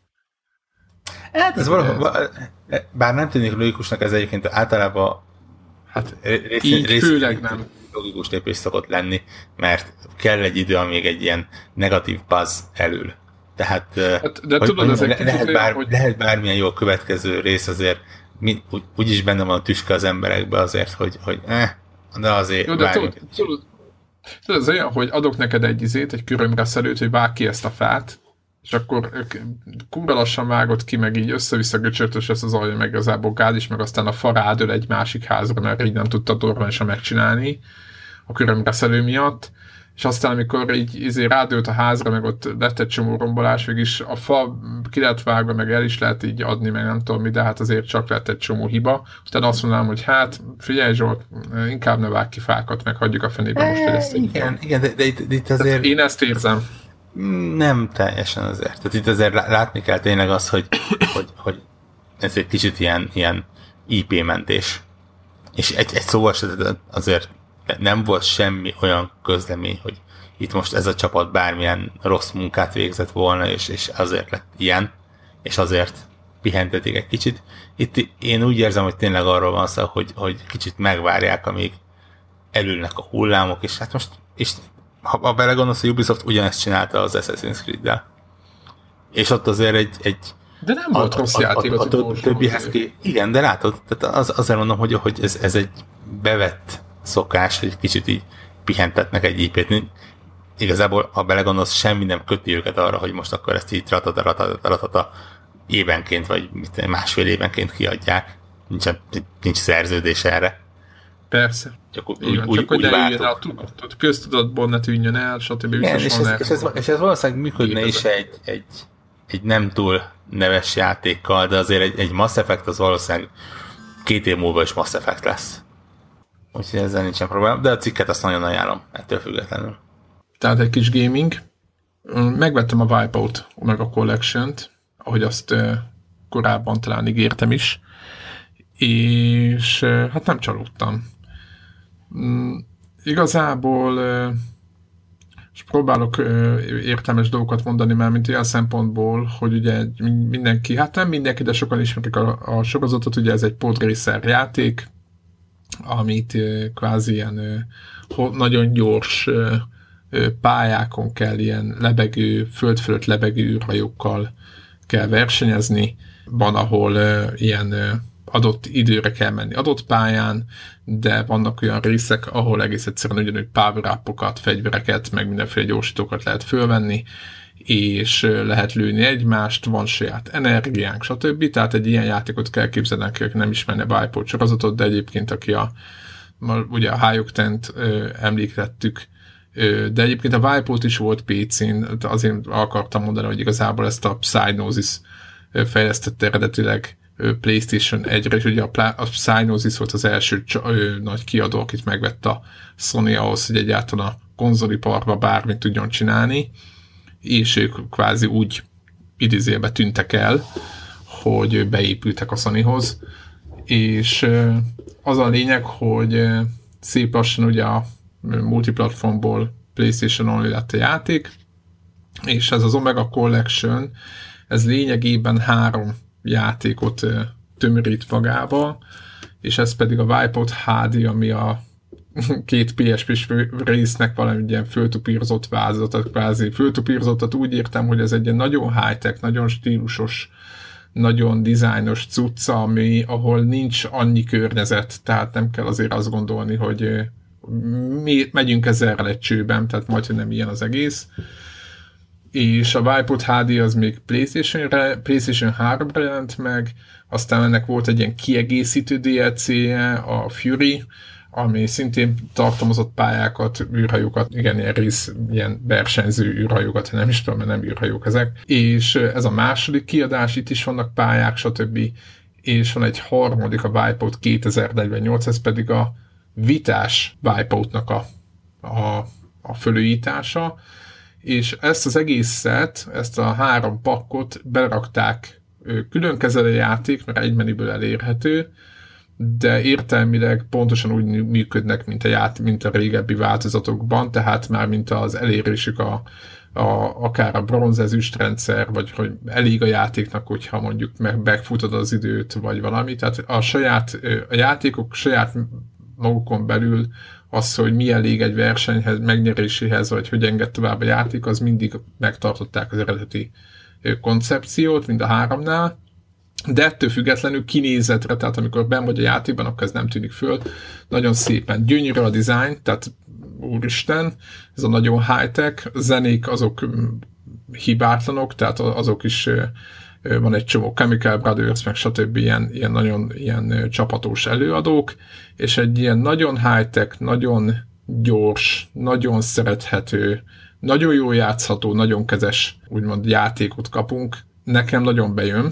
Hát ez valahol, bár nem tűnik logikusnak, ez egyébként általában hát így főleg nem logikus lépés szokott lenni, mert kell egy idő, amíg egy ilyen negatív buzz elül. Tehát de tudod, ez egy lehet bármilyen jó következő rész, azért úgyis benne van a tüske az emberekbe azért, hogy de azért jó, de tudod, ez olyan, hogy adok neked egy körömreszelőt, hogy vág ki ezt a fát, és akkor kurva lassan vágod ki, meg így össze-vissza göcsörtös lesz az alja, meg igazából gáz is, meg aztán a fa rádől egy másik házra, mert így nem tudta normálisan megcsinálni a körömreszelő miatt, és aztán amikor így rádőlt a házra, meg ott lett egy csomó rombolás, végig a fa ki lett vágva, meg el is lehet így adni, meg nem tudom mi, de hát azért csak lett egy csomó hiba. Utána azt mondanám, hogy hát figyelj Zsolt, inkább ne vágj ki fákat, meg hagyjuk a fenébe most, hogy ezt igen, de itt azért... Tehát én ezt érzem. Nem teljesen azért. Tehát itt azért látni kell tényleg az, hogy ez egy kicsit ilyen IP-mentés. És egy szóval azért nem volt semmi olyan közlemény, hogy itt most ez a csapat bármilyen rossz munkát végzett volna, és azért lett ilyen, és azért pihentetik egy kicsit. Itt én úgy érzem, hogy tényleg arról van szó, hogy kicsit megvárják, amíg elülnek a hullámok, és hát most ha belegondolsz, a Ubisoft ugyanezt csinálta az Assassin's Creed-del. És ott azért egy de nem volt rossz játék a többihez igen, de látod, tehát azért mondom, hogy ez egy bevett szokás, hogy kicsit így pihentetnek egy IP-t. Igazából, ha belegondolsz, semmi nem köti őket arra, hogy most akkor ezt így ratata évenként, vagy másfél évenként kiadják. Nincs szerződés erre. Persze. Csak úgy vártuk. Köztudatból ne tűnjön el, stb. Igen, és ez valószínűleg működne is egy nem túl neves játékkal, de azért egy Mass Effect az valószínűleg 2 év múlva is Mass Effect lesz. Úgyhogy ezzel nincsen probléma, de a cikket azt nagyon ajánlom, ettől függetlenül. Tehát egy kis gaming. Megvettem a Wipeout Omega Collection-t, ahogy azt korábban talán ígértem is, és hát nem csalódtam. Igazából és próbálok értelmes dolgokat mondani, mert mint olyan szempontból, hogy ugye mindenki, hát nem mindenki, de sokan ismerik a sorozatot, ugye ez egy podracer játék, amit kvázi ilyen nagyon gyors pályákon kell ilyen lebegő, föld fölött lebegő űrhajókkal kell versenyezni. Van, ahol ilyen adott időre kell menni adott pályán, de vannak olyan részek, ahol egész egyszerűen ugyanúgy power-upokat, fegyvereket, meg mindenféle gyorsítókat lehet fölvenni, és lehet lőni egymást, van saját energiánk, stb. Tehát egy ilyen játékot kell képzelni, akik nem ismerni a Wipeout sorozatot, de egyébként aki ugye a High Octane-t említettük, de egyébként a Wipeout is volt PC-n, azért akartam mondani, hogy igazából ezt a Psygnosis fejlesztette eredetileg PlayStation 1-re, és ugye a Psygnosis volt az első nagy kiadó, akit megvett a Sony ahhoz, hogy egyáltalán a konzoliparba bármit tudjon csinálni, és ők kvázi úgy idézőjelben tűntek el, hogy beépültek a Sonyhoz, és az a lényeg, hogy szép lassan ugye a multiplatformból PlayStation Only lett a játék, és ez az Omega Collection, ez lényegében 3 játékot tömörít magába, és ez pedig a Wipeout HD, ami a 2 PSP-s résznek valami ilyen föltupírozott változatot, kvázi föltupírozottat úgy értem, hogy ez egy ilyen nagyon high-tech, nagyon stílusos, nagyon dizájnos cucca, ahol nincs annyi környezet, tehát nem kell azért azt gondolni, hogy mi megyünk ezzel egy csőben, tehát majdnem nem ilyen az egész. És a Wipeout HD az még PlayStation 3-ra jelent meg, aztán ennek volt egy ilyen kiegészítő DLC-je, a Fury, ami szintén tartalmazott pályákat, űrhajókat, igen, ilyen versenyző űrhajókat, nem is tudom, mert nem űrhajók ezek. És ez a második kiadás, itt is vannak pályák, stb. És van egy harmadik, a Wipeout 2048, ez pedig a vitás Wipeoutnak a a fölújítása, és ezt az egészet, ezt a 3 pakkot berakták külön kezelőjáték, mert egy menüből elérhető, de értelmileg pontosan úgy működnek, mint a régebbi változatokban, tehát már mint az elérésük akár a bronzezüst rendszer, vagy hogy elég a játéknak, hogyha mondjuk megfutod az időt, vagy valami. Tehát a játékok saját magukon belül az, hogy mi elég egy versenyhez, megnyeréséhez, vagy hogy enged tovább a játék, az mindig megtartották az eredeti koncepciót, mind a 3-nál, de ettől függetlenül kinézetre, tehát amikor benn vagy a játékban, akkor ez nem tűnik föl, nagyon szépen gyönyörű a design, tehát úristen, ez a nagyon high-tech, zenék azok hibátlanok, tehát azok is van egy csomó Chemical Brothers, meg stb. Ilyen nagyon ilyen csapatos előadók, és egy ilyen nagyon high-tech, nagyon gyors, nagyon szerethető, nagyon jól játszható, nagyon kezes, úgymond játékot kapunk. Nekem nagyon bejön,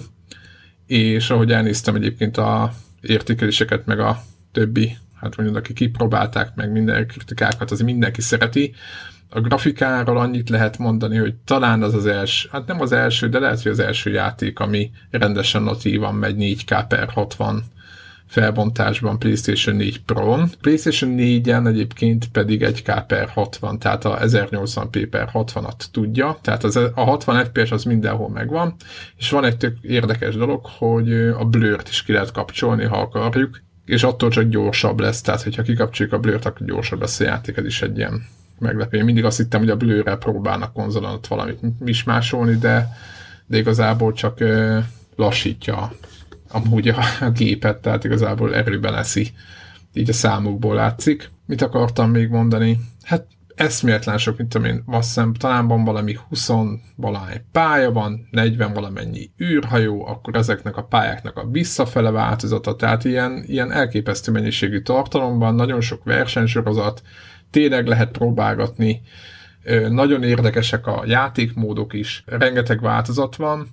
és ahogy elnéztem egyébként a értékeléseket, meg a többi, hát mondjuk, akik kipróbálták meg minden kritikákat, az mindenki szereti. A grafikáról annyit lehet mondani, hogy talán az az első, hát nem az első, de lehet, hogy az első játék, ami rendesen natívan megy 4K/60 felbontásban PlayStation 4 Pro-n. PlayStation 4-en egyébként pedig 1K/60, tehát a 1080p/60-at tudja, tehát a 60 FPS az mindenhol megvan, és van egy tök érdekes dolog, hogy a blurt is ki lehet kapcsolni, ha akarjuk, és attól csak gyorsabb lesz, tehát hogyha kikapcsoljuk a blurt, akkor gyorsabb lesz a játék, ez is egy ilyen meglepő. Én mindig azt hittem, hogy a blurrel próbálnak konzolon valamit mismásolni, de igazából csak lassítja amúgy a gépet, tehát igazából erőben eszi. Így a számukból látszik. Mit akartam még mondani? Hát eszméletlen sok, mint tudom én, azt hiszem, talán van valami 20-valány pálya van, 40 valamennyi űrhajó, akkor ezeknek a pályáknak a visszafele változata, tehát ilyen elképesztő mennyiségű tartalomban, nagyon sok versenysorozat, tényleg lehet próbálgatni, nagyon érdekesek a játékmódok is, rengeteg változat van,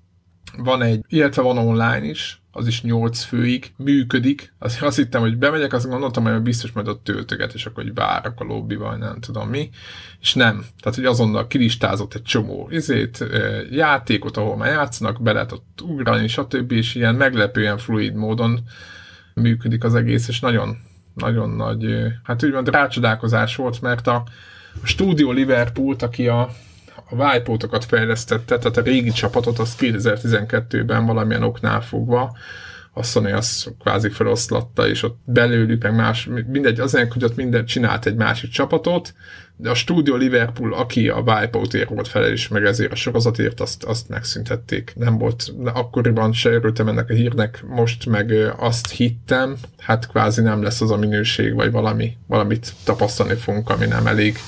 illetve van online is, az is 8 főig működik. Azt hittem, hogy bemegyek, azt gondoltam, hogy biztos majd ott töltöget, és akkor hogy várok a lobbyban, nem tudom mi. És nem. Tehát, hogy azonnal kilistázott egy csomó játékot, ahol már játszanak, be lehet ott ugrani, stb. És ilyen meglepően fluid módon működik az egész, és nagyon, nagyon nagy, hát úgymond rácsodálkozás volt, mert a Studio Liverpoolt, aki a Wipeout-okat fejlesztette, tehát a régi csapatot, az 2012-ben valamilyen oknál fogva a Sony az kvázi feloszlatta, és ott belőlük meg más, mindegy, azért, hogy ott minden csinált egy másik csapatot, de a Studio Liverpool, aki a Wipeout-ért volt felelős, meg ezért a sorozatért, azt megszüntették. Nem volt, akkoriban se örültem ennek a hírnek, most meg azt hittem, hát kvázi nem lesz az a minőség, vagy valamit tapasztalni fogunk, ami nem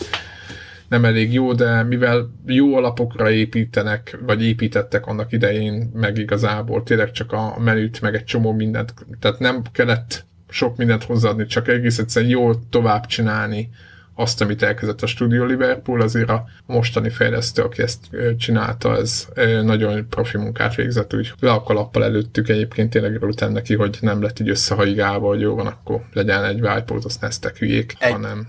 elég jó, de mivel jó alapokra építenek, vagy építettek annak idején, meg igazából tényleg csak a menüt, meg egy csomó mindent, tehát nem kellett sok mindent hozzáadni, csak egész egyszerűen jól tovább csinálni azt, amit elkezdett a Studio Liverpool, azért a mostani fejlesztő, aki ezt csinálta, ez nagyon profi munkát végzett, úgy le a kalappal előttük, egyébként tényleg örültem neki, hogy nem lett így összehajigálva, hogy jó van, akkor legyen egy Wipeout, azt neztek hülyék, hanem...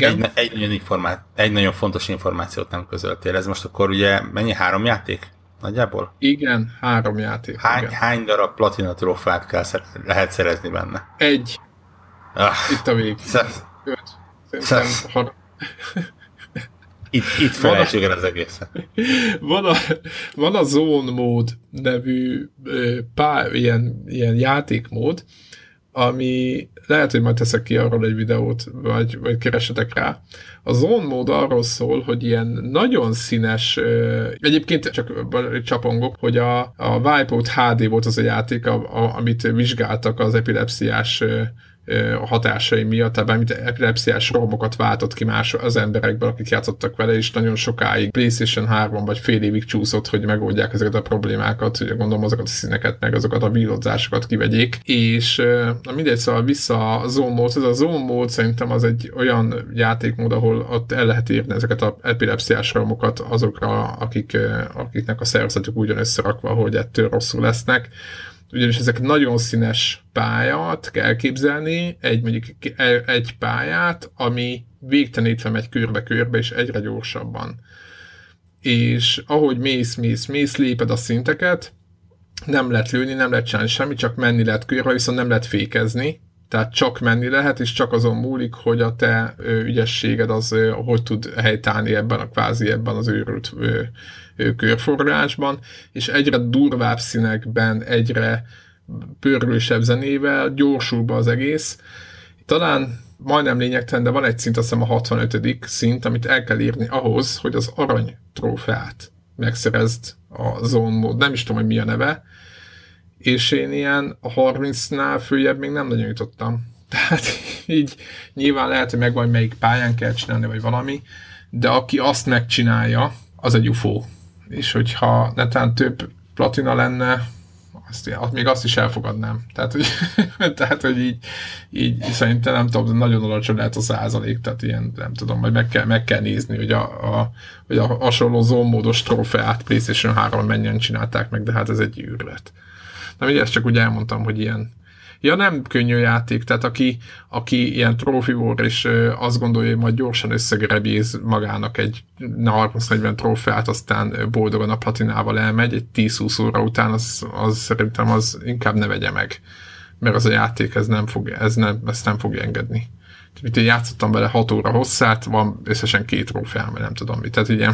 Egy nagyon fontos információt nem közöltél, ez most akkor ugye mennyi, 3 játék? Nagyjából? Igen, 3 játék. Hány darab platina trófeát lehet szerezni benne? 1. Itt a vég. 5. Itt felejtsük el az egészet. Van a Zone Mode nevű ilyen játékmód, ami lehet, hogy majd teszek ki arról egy videót, vagy keresetek rá. A Zone Mode arról szól, hogy ilyen nagyon színes, egyébként csak csapongok, hogy a Wipeout HD volt az a játék, amit vizsgáltak az epilepsziás hatásai miatt, tehát bármit epilepsziás romokat váltott ki más az emberekből, akik játszottak vele, és nagyon sokáig PlayStation 3 vagy fél évig csúszott, hogy megoldják ezeket a problémákat, hogy gondolom azokat a színeket, meg azokat a villodzásokat kivegyék. És mindegy, szóval vissza a Zone Mode, ez a Zone Mode szerintem az egy olyan játékmód, ahol ott el lehet írni ezeket az epilepsziás romokat azokra, akiknek a szervezetük úgy van összerakva, hogy ettől rosszul lesznek. ugyanis ezek nagyon színes pályát kell képzelni, mondjuk egy pályát, ami végtelenítve megy körbe-körbe, és egyre gyorsabban. És ahogy mész, léped a szinteket, nem lehet lőni, nem lehet csinálni semmit, csak menni lehet körbe, viszont nem lehet fékezni, tehát csak menni lehet, és csak azon múlik, hogy a te ügyességed az hogy tud helytállni ebben az őrült körforgásban, és egyre durvább színekben, egyre pörgősebb zenével gyorsul be az egész. Talán majdnem lényegtelen, de van egy szint, azt hiszem a 65. szint, amit el kell írni ahhoz, hogy az arany trófeát megszerezd a zone mód. Nem is tudom, hogy mi a neve, és én ilyen a 30-nál följebb még nem nagyon jutottam. Tehát így nyilván lehet, hogy megvan, melyik pályán kell csinálni, vagy valami, de aki azt megcsinálja, az egy UFO. És hogyha netán több platina lenne, még azt is elfogadnám. Tehát, hogy így szerintem nem tudom, nagyon alacsony lehet a százalék, tehát ilyen, nem tudom, majd meg kell nézni, hogy a hasonló zone-módos trófeát PlayStation 3-on mennyien csinálták meg, de hát ez egy űrlet. Na, ugye ezt csak úgy elmondtam, hogy ilyen. Ja, nem könnyű játék, tehát aki ilyen trophy war, és azt gondolja, hogy majd gyorsan összegrebéz magának egy 30-40 trófeát, aztán boldogan a platinával elmegy, egy 10-20 óra után, az szerintem az inkább ne vegye meg, mert az a játék ezt nem fogja engedni. Én játszottam vele 6 óra hosszát, van összesen 2 trófeám, nem tudom mit, tehát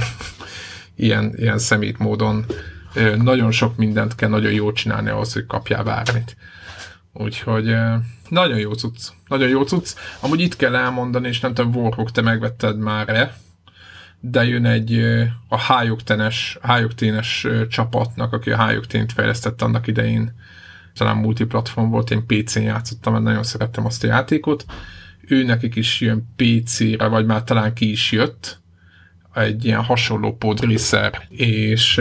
ilyen szemét módon nagyon sok mindent kell nagyon jól csinálni ahhoz, hogy kapjál bármit. Úgyhogy nagyon jó cucc. Nagyon jó cucc. Amúgy itt kell elmondani, és nem tudom, Warhawk, te megvetted már-e, de jön egy a Hyoctane-es csapatnak, aki a Hyoctane-t fejlesztette annak idején, talán multiplatform volt, én PC-n játszottam, mert nagyon szerettem azt a játékot. Ő nekik is jön PC-re, vagy már talán ki is jött, egy ilyen hasonló podracer, és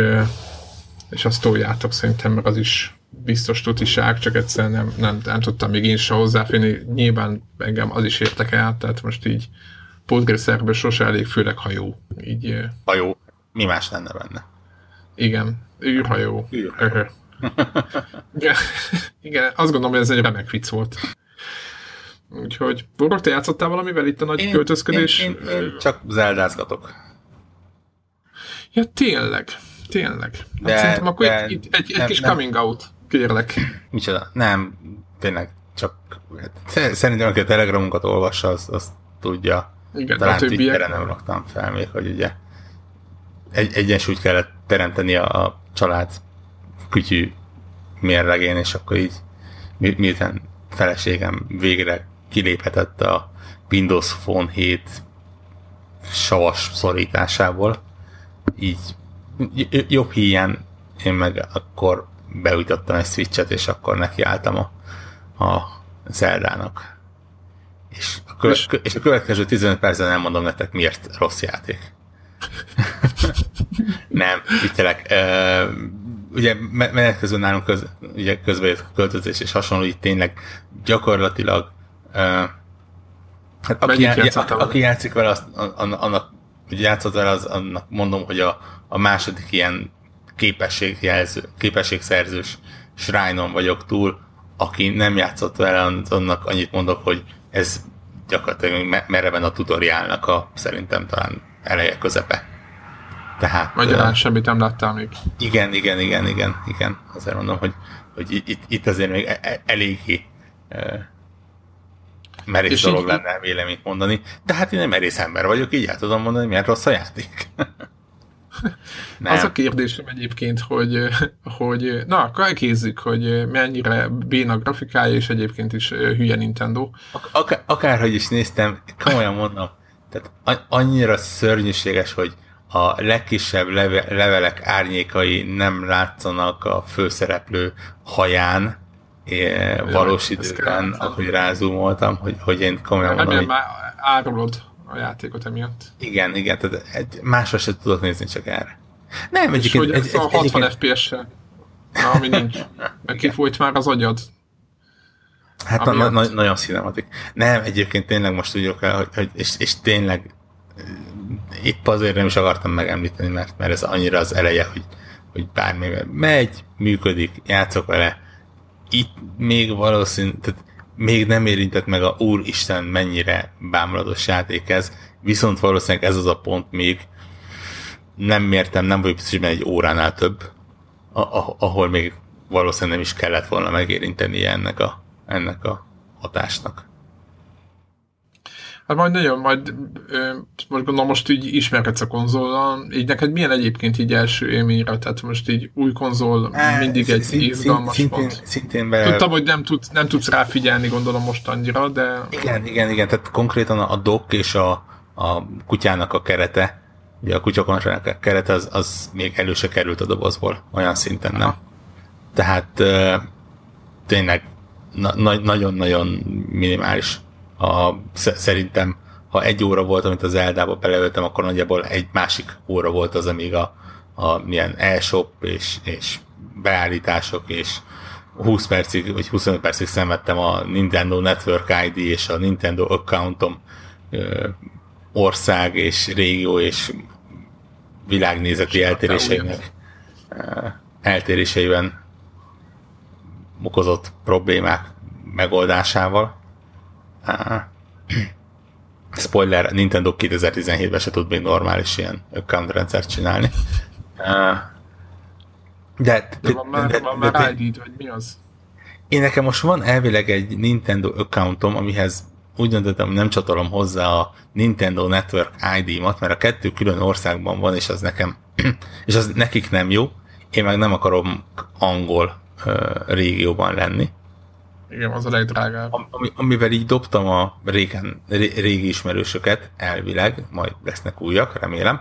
azt toljátok szerintem, mert az is biztos tutiság, csak egyszerűen nem tudtam még én se hozzáférni. Nyilván engem az is érdekel, tehát most így podracerből sose elég, főleg hajó. Hajó. Mi más lenne benne? Igen, űrhajó. Igen, azt gondolom, hogy ez egy remek vicc volt. Úgyhogy, Borok, te játszottál valamivel itt a nagy költözködés? Én csak zeldázgatok. Ja, tényleg. De, szerintem akkor egy kis coming out, kérlek. Micsoda? Nem, tényleg csak szerintem, aki a Telegramunkat olvassa, az tudja. Igen, talán Twitterre nem raktam fel még, hogy ugye egyensúlyt kellett teremteni a család kütyű mérlegén, és akkor így miután feleségem végre kiléphetett a Windows Phone 7 savas szorításából, így jobb híján én meg akkor beújtottam egy Switchet, és akkor nekiálltam a Zeldának. És a következő 15 percen nem mondom nektek, miért rossz játék. Nem, viccelek. Ugye menet közben nálunk ugye közben jött a költözés, és hasonló, így tényleg gyakorlatilag hát aki játszik vele, annak ugye játszott vele, annak mondom, hogy a második ilyen képességszerzős shrine-on vagyok túl, aki nem játszott vele, annak annyit mondok, hogy ez gyakorlatilag mereven a tutoriálnak szerintem talán eleje közepe. Tehát... Magyarán semmit nem láttál még. Igen. Azért mondom, hogy itt azért még eléggé merész dolog lenne véleményt mondani. De hát én nem merész ember vagyok, így el tudom mondani, milyen rossz a játék. Az a kérdésem egyébként, hogy na, akkor elkézzük, hogy mennyire béna grafikája, és egyébként is hülye Nintendo. Akárhogy is néztem, komolyan mondom, tehát annyira szörnyűséges, hogy a legkisebb levelek árnyékai nem látszanak a főszereplő haján valós időben, ahogy rázumoltam, hogy én komolyan mondom. Remélem már árulod a játékot emiatt. Igen, tehát másra sem tudok nézni, csak erre. Nem, és hogy ez a 60 FPS-sel, ami nincs. Meg kifolyt már az agyad. Hát nagyon cinematik. Nem, egyébként tényleg most tudjuk el, hogy és tényleg épp azért nem is akartam megemlíteni, mert ez annyira az eleje, hogy bármivel megy, működik, játszok vele, itt még valószínű, tehát még nem érintett meg a úristen mennyire bámulatos játék ez, viszont valószínűleg ez az a pont még nem mértem, nem vagyok biztos, hogy egy óránál több, ahol még valószínűleg nem is kellett volna megérinteni ennek a hatásnak. Hát majd gondolom most így ismerkedsz a konzollal, így neked milyen egyébként így első élményre, tehát most így új konzol mindig egy izgalmas pont. Szintén Tudtam, hogy nem tudsz ráfigyelni, gondolom most annyira, de... Igen, tehát konkrétan a dock és a kutyának a kerete, ugye a kutyakontrolnak a kerete, az még elő se került a dobozból, olyan szinten nem. Tehát tényleg nagyon-nagyon minimális. Szerintem, ha 1 óra volt, amit az Zeldába beleöltem, akkor nagyjából egy másik óra volt az, amíg a milyen e-shop és beállítások, és 20 percig, vagy 25 percig szenvedtem a Nintendo Network ID és a Nintendo accountom ország és régió és világnézeti eltéréseiben okozott problémák megoldásával. Spoiler, Nintendo 2017-ben se tud még normális ilyen account rendszert csinálni. De van már ID-d, vagy mi az? Én nekem most van elvileg egy Nintendo accountom, amihez úgy döntöttem, hogy nem csatolom hozzá a Nintendo Network ID-mat, mert a 2 külön országban van, és az nekem, és az nekik nem jó. Én meg nem akarom angol régióban lenni. Igen, az a legdrágább. Amivel így dobtam a régi ismerősöket, elvileg, majd lesznek újak, remélem,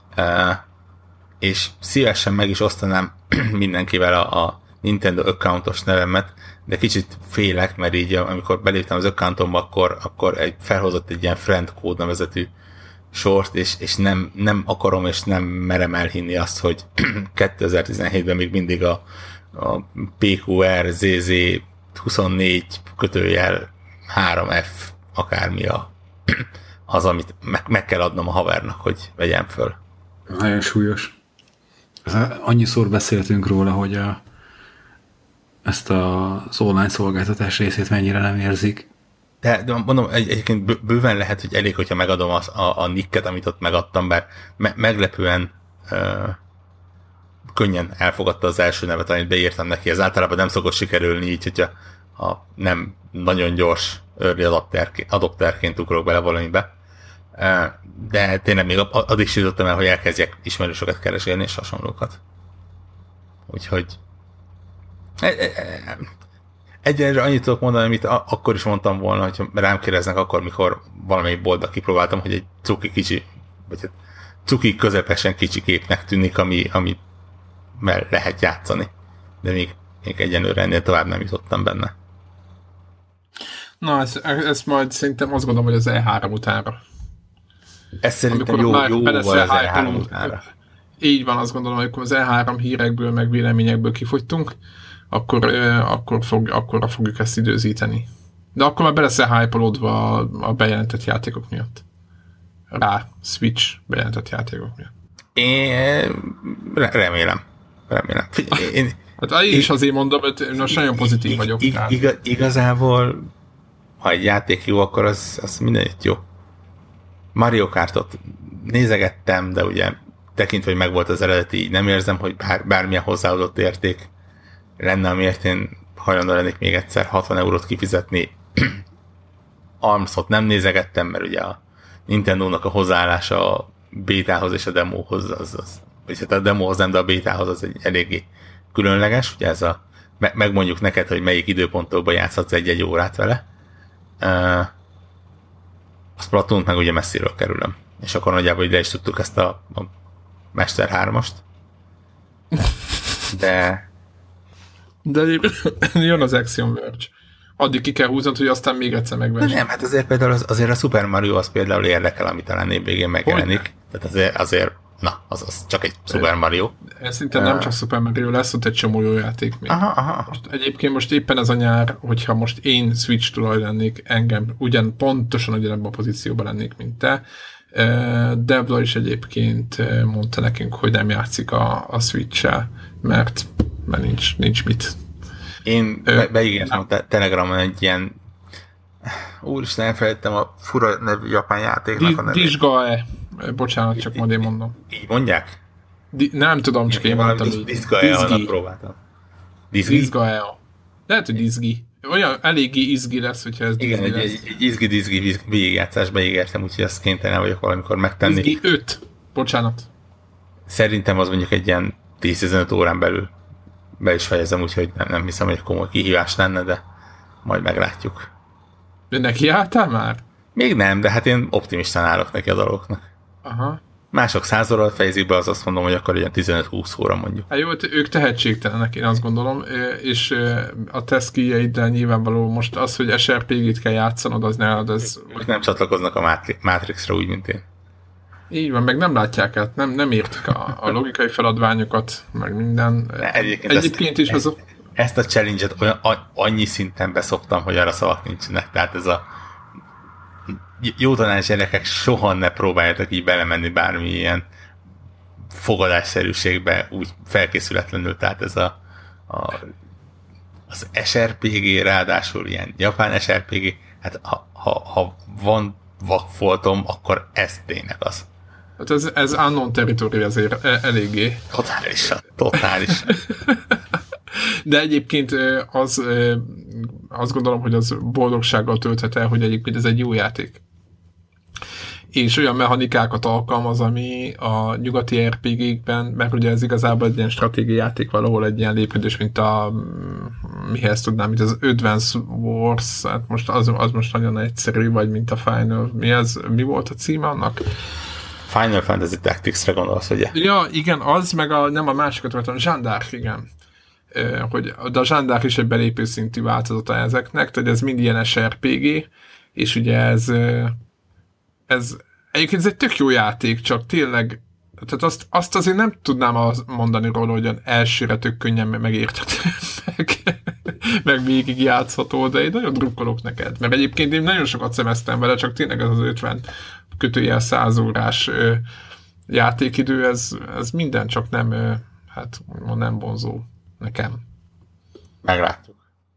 és szívesen meg is osztanám mindenkivel a Nintendo accountos nevemet, de kicsit félek, mert így amikor beléptem az accountomba, akkor felhozott egy ilyen friend code nevezetű sort, és nem akarom, és nem merem elhinni azt, hogy 2017-ben még mindig a PQRZZ 24 kötőjel 3F akármi az, amit meg kell adnom a havernak, hogy vegyem föl. Nagyon súlyos. Annyiszor beszéltünk róla, hogy ezt az online szolgáltatás részét mennyire nem érzik. De mondom, egyébként bőven lehet, hogy elég, hogyha megadom a nicket, amit ott megadtam, bár meglepően könnyen elfogadta az első nevet, amit beírtam neki. Ez általában nem szokott sikerülni így, hogyha nem nagyon gyors early adopterként ugrok bele valamibe. De tényleg még addig is jutottam el, hogy elkezdjek ismerősöket keresgélni és hasonlókat. Úgyhogy egyenlőre annyit tudok mondani, amit akkor is mondtam volna, hogy rám kérdeznek akkor, mikor valamelyik boltba kipróbáltam, hogy egy cuki kicsi, vagy egy cuki közepesen kicsi képnek tűnik, ami lehet játszani. De még egyenlőre ennél tovább nem jutottam benne. Na, ez majd szerintem azt gondolom, hogy az E3 utánra. Ez szerintem jó az E3 utánra. Így van, azt gondolom, hogy amikor az E3 hírekből, meg véleményekből kifogytunk, akkor fogjuk ezt időzíteni. De akkor már be lesz hype-olódva a bejelentett játékok miatt. Rá Switch bejelentett játékok miatt. Én remélem. Hát én is azért mondom, hogy most nagyon pozitív vagyok. Igazából, ha egy játék jó, akkor az mindenit jó. Mario Kartot nézegettem, de ugye tekintve, hogy megvolt az eredeti, így nem érzem, hogy bármilyen hozzáadott érték lenne, amiért én hajlandó lennék még egyszer 60 eurót kifizetni. Armsot nem nézegettem, mert ugye a Nintendo-nak a hozzáállása a bétához és a demóhoz, vagy hát a demóhoz nem, de a bétához az egy eléggé különleges, ugye ez megmondjuk neked, hogy melyik időpontokban játszhatsz egy órát vele. A Splatoon-t meg ugye messziről kerülöm. És akkor nagyjából ide is tudtuk ezt a Mester 3-ast. De jön az Axiom Verge. Addig ki kell húznod, hogy aztán még egyszer megvesd. Nem, hát azért például azért a Super Mario az például érdekel, ami talán évvégén megjelenik. Tehát azért az csak egy Super Mario. Ez szinte nem csak Super Mario lesz, ott egy csomó jó játék még. Aha. Most éppen ez a nyár, hogyha most én Switch tulaj lennék, engem pontosan ugyanebben a pozícióban lennék, mint te. Debla is egyébként mondta nekünk, hogy nem játszik a Switch-sel, mert nincs mit. Én beígértem a Telegramon egy ilyen, úristen, elfelejtettem a fura nevű japán játéknak a nevét. Disgaea. Bocsánat, csak majd én mondom. Így mondják? Nem tudom, csak én mondtam így. Disgaea-nak próbáltam. Disgaea. Lehet, hogy Disgi. Olyan eléggé izgi lesz, hogyha ez Disgi igen, lesz. egy izgi-dizgi végigjátszásba ígértem, úgyhogy ezt kénytelen vagyok valamikor megtenni. Disgi 5. Bocsánat. Szerintem az mondjuk egy ilyen 10-15 órán belül be is fejezem, úgyhogy nem hiszem, hogy egy komoly kihívás lenne, de majd meglátjuk. De neki álltál már? Még nem, de hát én optimistán állok neki a dolgoknak. Aha. Mások 100 órát fejezik be, az azt mondom, hogy akkor ilyen 15-20 óra mondjuk. Hát jó, ők tehetségtelenek, én azt gondolom, és a te skilljeiddel nyilvánvaló most az, hogy SRPG-t kell játszanod, az ne ad, ez... Ők nem csatlakoznak a Matrixra úgy, mint én. Így van, meg nem látják át, nem értik a logikai feladványokat, meg minden. Egyébként is az... Ezt a challenge-et annyi szinten beszoptam, hogy arra szavak nincsenek. Tehát ez a jó tanács gyerekek, soha ne próbáljátok így belemenni bármilyen fogadásszerűségbe úgy felkészületlenül. Tehát ez az SRPG, ráadásul ilyen japán SRPG, hát ha van vakfoltom, akkor ez tényleg az. Hát ez unknown territory azért eléggé. Totálisan. De egyébként azt gondolom, hogy az boldogsággal tölthet el, hogy egyébként ez egy jó játék. És olyan mechanikákat alkalmaz, ami a nyugati RPG-kben, mert ugye ez igazából egy ilyen stratégiai játék, valahol egy ilyen lépődés, mint mihez tudnám, mint az Advance Wars, hát most az most nagyon egyszerű, vagy mint a Final, mi volt a címe annak? Final Fantasy Tactics-re gondolsz, ugye? Ja, igen, az, meg nem a másikat voltam, Jeanne d'Arc, igen. De a Jeanne d'Arc is egy belépő szintű változata ezeknek, tehát ez mind ilyen SRPG, és ugye ez egyébként ez egy tök jó játék, csak tényleg, tehát azt azért nem tudnám mondani róla, hogy elsőre tök könnyen megértető, meg végig játszható, de én nagyon drukkolok neked, mert egyébként én nagyon sokat szemeztem vele, csak tényleg ez az 50-100 órás játékidő, ez minden, csak nem, hát nem vonzó nekem. Meglátjuk.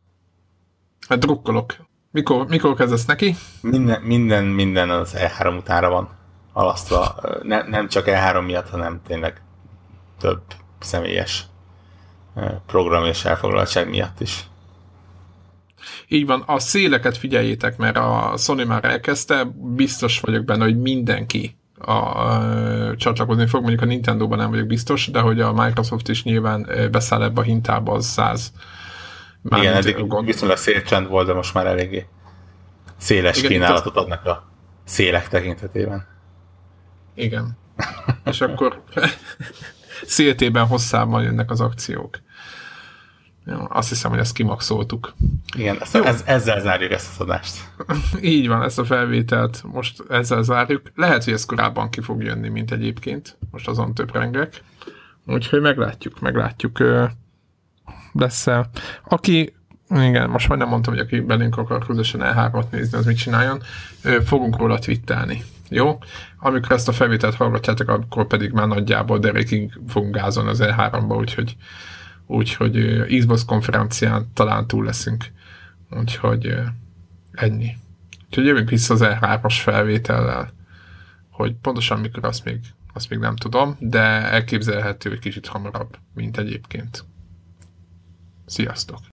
Hát drukkolok. Mikor kezdesz neki? Minden az E3 utánra van halasztva. Nem csak E3 miatt, hanem tényleg több személyes program és elfoglaltság miatt is. Így van, a széleket figyeljétek, mert a Sony már elkezdte, biztos vagyok benne, hogy mindenki csatlakozni fog, mondjuk a Nintendo-ban nem vagyok biztos, de hogy a Microsoft is nyilván beszáll ebbe a hintába, az 100. Igen, eddig viszonylag szélcsend volt, de most már eléggé széles kínálatot adnak a szélek tekintetében. Igen. És akkor széltében hosszában jönnek az akciók. Jó, azt hiszem, hogy ezt kimaxoltuk. Igen, ezzel zárjuk ezt az adást. Így van, ezt a felvételt most ezzel zárjuk. Lehet, hogy ez korábban ki fog jönni, mint egyébként. Most azon töprengek. Úgyhogy meglátjuk. Lesz-e. Igen, most már nem mondtam, hogy aki belünk akar közösen E3-at nézni, az mit csináljon. Fogunk róla twittelni. Jó? Amikor ezt a felvételt hallgatjátok, akkor pedig már nagyjából derékig fogunk gázolni az E3-ba, úgyhogy Xbox konferencián talán túl leszünk. Úgyhogy ennyi. Úgyhogy jövünk vissza az E3-as felvétellel, hogy pontosan mikor azt még nem tudom, de elképzelhető, hogy kicsit hamarabb, mint egyébként. Sziasztok!